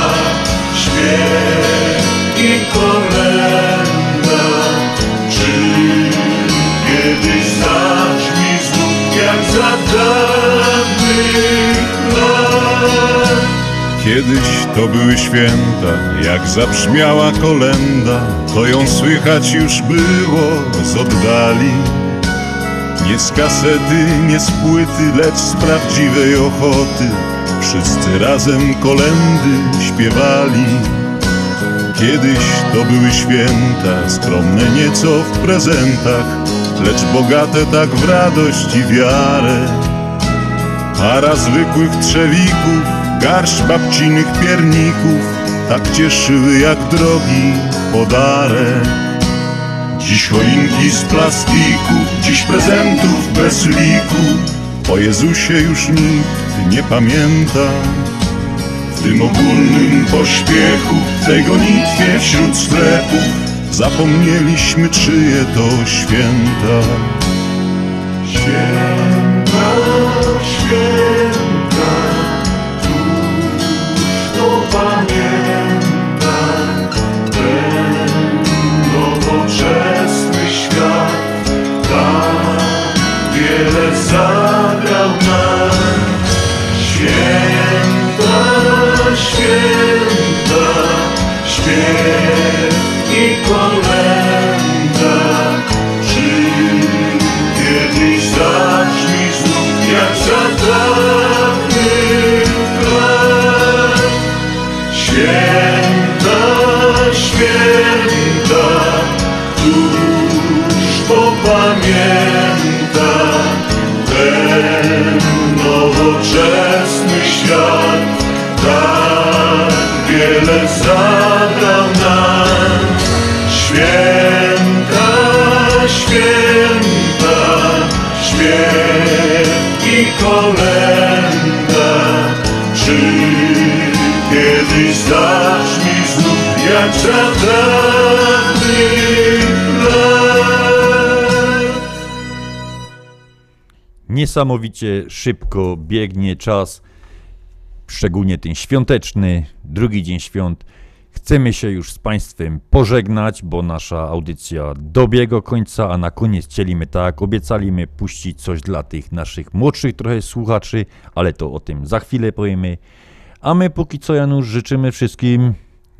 śpiew i kolęda, czy kiedyś zabrzmi znów jak za dawnych lat. Kiedyś to były święta, jak zabrzmiała kolęda, to ją słychać już było z oddali. Nie z kasety, nie z płyty, lecz z prawdziwej ochoty, wszyscy razem kolędy śpiewali. Kiedyś to były święta, skromne nieco w prezentach, lecz bogate tak w radość i wiarę. Para zwykłych trzewików, garść babcinych pierników, tak cieszyły jak drogi podarek. Dziś choinki z plastiku, dziś prezentów bez liku, o Jezusie już nikt nie pamięta. W tym ogólnym pośpiechu, w tej gonitwie wśród sklepów zapomnieliśmy, czyje to święta. Święta, święta, któż to pamięta? Ten nowoczesny świat tak wiele zabrał nam. Święta, święta, śpiew i kolęda. Czy kiedyś zabrzmi znów jak za dawnych lat? Święta, święta, któż popamięta ten nowoczesny świat tak wiele zabrał nam. Święta, święta, śpiew i kolęda. Czy kiedyś zabrzmi znów jak za dawnych lat? Niesamowicie szybko biegnie czas, szczególnie ten świąteczny, drugi dzień świąt. Chcemy się już z Państwem pożegnać, bo nasza audycja dobiega końca, a na koniec chcieliśmy, tak jak obiecaliśmy, puścić coś dla tych naszych młodszych trochę słuchaczy, ale to o tym za chwilę powiemy. A my póki co, Janusz, życzymy wszystkim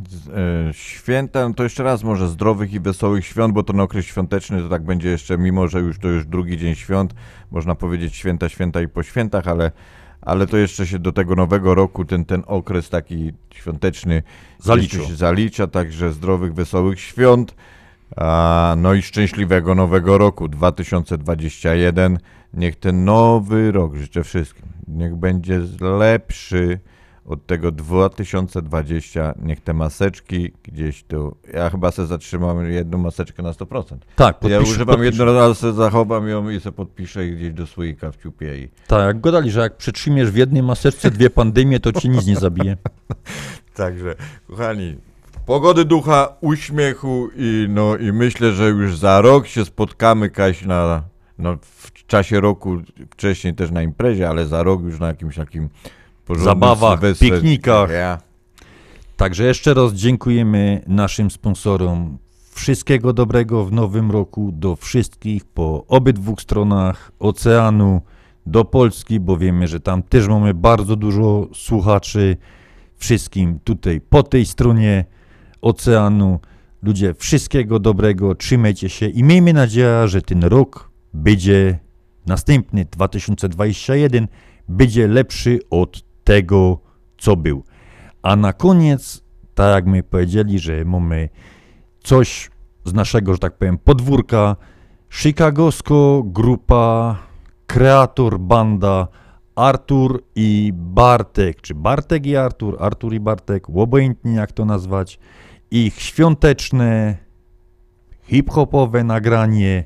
święta, no to jeszcze raz może zdrowych i wesołych świąt, bo ten okres świąteczny to tak będzie jeszcze, mimo że już to już drugi dzień świąt, można powiedzieć święta, święta i po świętach, ale, ale to jeszcze się do tego nowego roku ten, ten okres taki świąteczny Zalicza. się zalicza, także zdrowych, wesołych świąt, a, no i szczęśliwego nowego roku dwa tysiące dwudziestego pierwszego. Niech ten nowy rok, życzę wszystkim, niech będzie lepszy od tego dwa tysiące dwudziestego, niech te maseczki gdzieś tu, ja chyba sobie zatrzymam jedną maseczkę na sto procent. Tak, podpisz, ja używam podpisz. jedno raz, sobie zachowam ją i sobie podpiszę i gdzieś do słoika wciupię. I... Tak, jak gadali, że jak przytrzymiesz w jednej maseczce dwie pandemie, to ci nic nie zabije. Także, kochani, pogody ducha, uśmiechu i, no, i myślę, że już za rok się spotkamy, Kaś, na, no, w czasie roku, wcześniej też na imprezie, ale za rok już na jakimś takim zabawach, sylwestrze. piknikach. Ja. Także jeszcze raz dziękujemy naszym sponsorom. Wszystkiego dobrego w nowym roku do wszystkich po obydwu stronach oceanu, do Polski, bo wiemy, że tam też mamy bardzo dużo słuchaczy. Wszystkim tutaj po tej stronie oceanu. Ludzie, wszystkiego dobrego, trzymajcie się i miejmy nadzieję, że ten rok będzie następny, dwa tysiące dwudziesty pierwszy, będzie lepszy od tego, co był. A na koniec, tak jak my powiedzieli, że mamy coś z naszego, że tak powiem, podwórka, chicagowsko grupa, kreator, banda Artur i Bartek, czy Bartek i Artur, Artur i Bartek, obojętnie jak to nazwać, ich świąteczne, hip-hopowe nagranie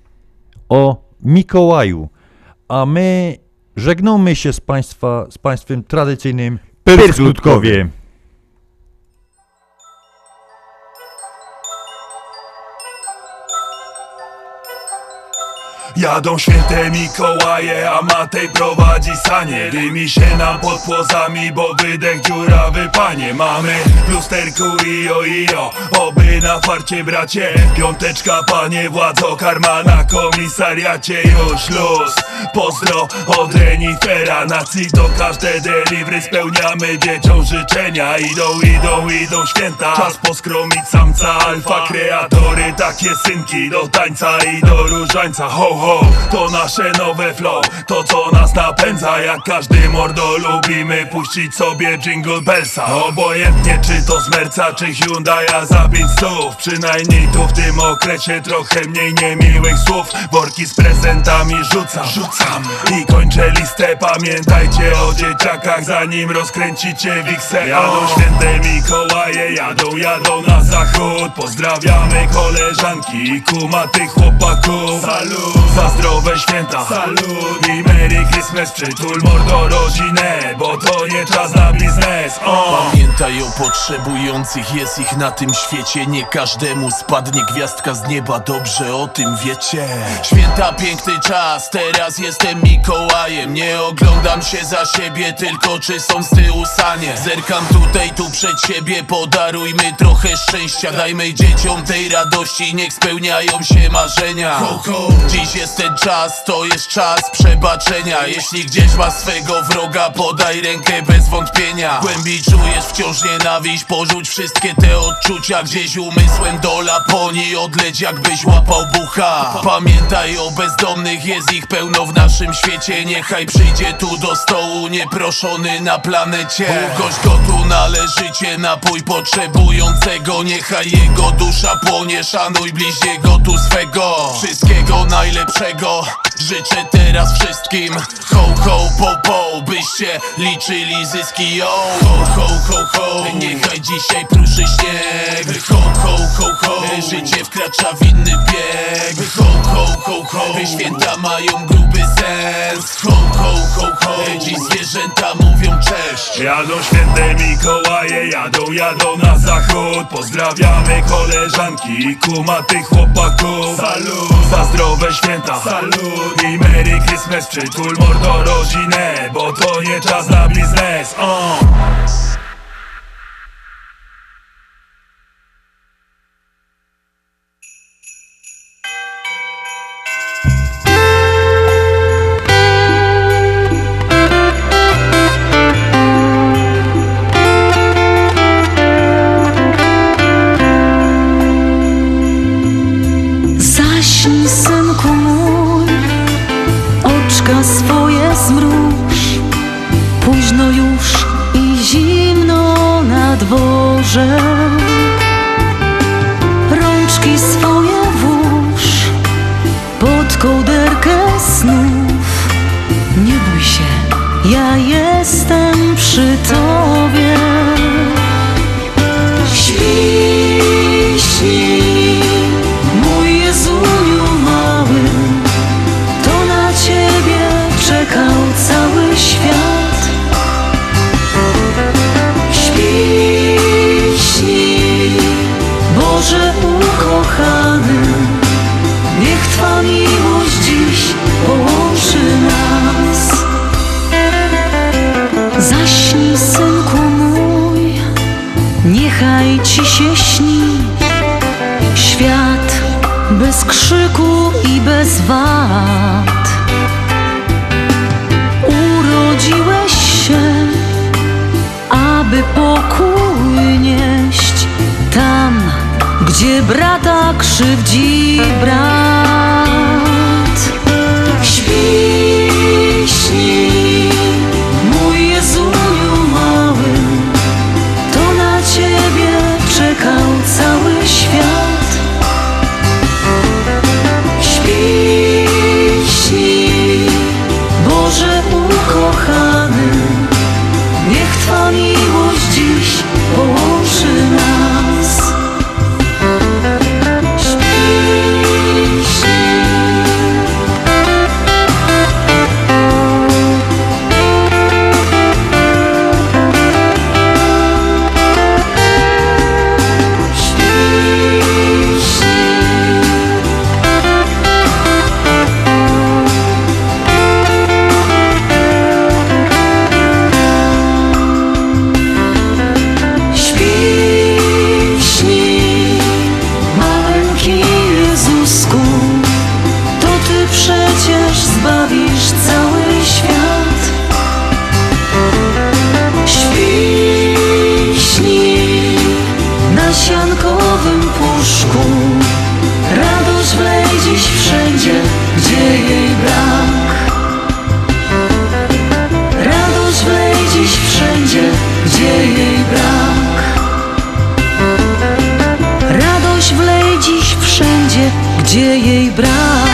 o Mikołaju, a my żegnamy się z, państwa, z Państwem tradycyjnym Persklutkowie. Jadą święte Mikołaje, a Matej prowadzi sanie. Dymi się nam pod płozami, bo wydech dziurawy, panie. Mamy w lusterku ijo ijo, oby na farcie bracie. Piąteczka, panie władzo, karma na komisariacie. Już luz, pozdro od renifera. Nacji to każde delivery, spełniamy dzieciom życzenia. Idą, idą, idą święta, czas poskromić samca alfa. Kreatory, takie synki, do tańca i do różańca. Ho, ho. To nasze nowe flow, to co nas napędza. Jak każdy mordo lubimy puścić sobie jingle bellsa. Obojętnie czy to z Merca czy Hyundai'a za pięć stów. Przynajmniej tu w tym okresie trochę mniej niemiłych słów. Worki z prezentami rzucam, rzucam i kończę listę. Pamiętajcie o dzieciakach, zanim rozkręcicie wiksę. Jadą święte Mikołaje, jadą, jadą na zachód. zachód. Pozdrawiamy koleżanki i kumatych chłopaków. Salut za zdrowe święta, salut i Merry Christmas. Przytul mordo rodzinę, bo to nie czas na biznes. O! Pamiętaj o potrzebujących, jest ich na tym świecie. Nie każdemu spadnie gwiazdka z nieba, dobrze o tym wiecie. Święta, piękny czas, teraz jestem Mikołajem. Nie oglądam się za siebie, tylko czy są z tyłu sanie. Zerkam tutaj, tu przed siebie, podarujmy trochę szczęścia. Dajmy dzieciom tej radości, niech spełniają się marzenia. Ho, ho. Dziś jest ten czas, to jest czas przebaczenia. Jeśli gdzieś masz swego wroga, podaj rękę bez wątpienia. W głębi czujesz wciąż nienawiść, porzuć wszystkie te odczucia. Gdzieś umysłem do Laponii, odleć jakbyś łapał bucha. Pamiętaj o bezdomnych, jest ich pełno w naszym świecie. Niechaj przyjdzie tu do stołu nieproszony na planecie. Ugość go tu należycie, napój potrzebującego. Niechaj jego dusza płonie, szanuj bliźniego tu swego. Wszystkiego najlepszego życzę teraz wszystkim. Ho, ho, po, po, byście liczyli zyski, yo. Ho, ho, ho, ho, niechaj dzisiaj pruszy śnieg. Ho, ho, ho, ho, życie wkracza w inny bieg. Ho, ho, ho, ho, święta mają gruby sens. Ho, ho, ho, ho, dziś zwierzęta mówią cześć. Jadą święte Mikołaje, jadą, jadą na zachód. Pozdrawiamy koleżanki i kumatych chłopaków. Salut za zdrowe święta, salut i Merry Christmas. Przytul mordo rodzinę, bo to nie czas na biznes. O! Zaśnij, synku mój, oczka swoje zmruż. Późno już i zimno na dworze. Rączki swoje włóż pod kołderkę snów. Nie bój się, ja jestem przy tobie. Śpij, śnij, mój Jezuniu mały, to na ciebie czekał cały świat. Śpij, śnij, Boże ukochany, niech Twa miłość dziś połączy nas. Zaśnij, synku mój, niechaj Ci się śni świat bez krzyku i bez wad. Urodziłeś się, aby pokój nieść tam, gdzie brata krzywdzi brat. Śpij, śnij, mój Jezuniu mały, to na ciebie czekał cały świat. Śpij, śnij, Boże ukochany, niech Twa miłość dziś połączy nas. Śpij, śnij. Śpij, śnij. Śpij, śnij, maleńki Jezusku, to Ty przecież zbawisz cały świat. Śpij, śnij, na siankowym puszku, radość wlej dziś wszędzie, gdzie jej brak. Radość wlej dziś wszędzie, gdzie jej brak. Radość wlej dziś wszędzie, gdzie jej brak.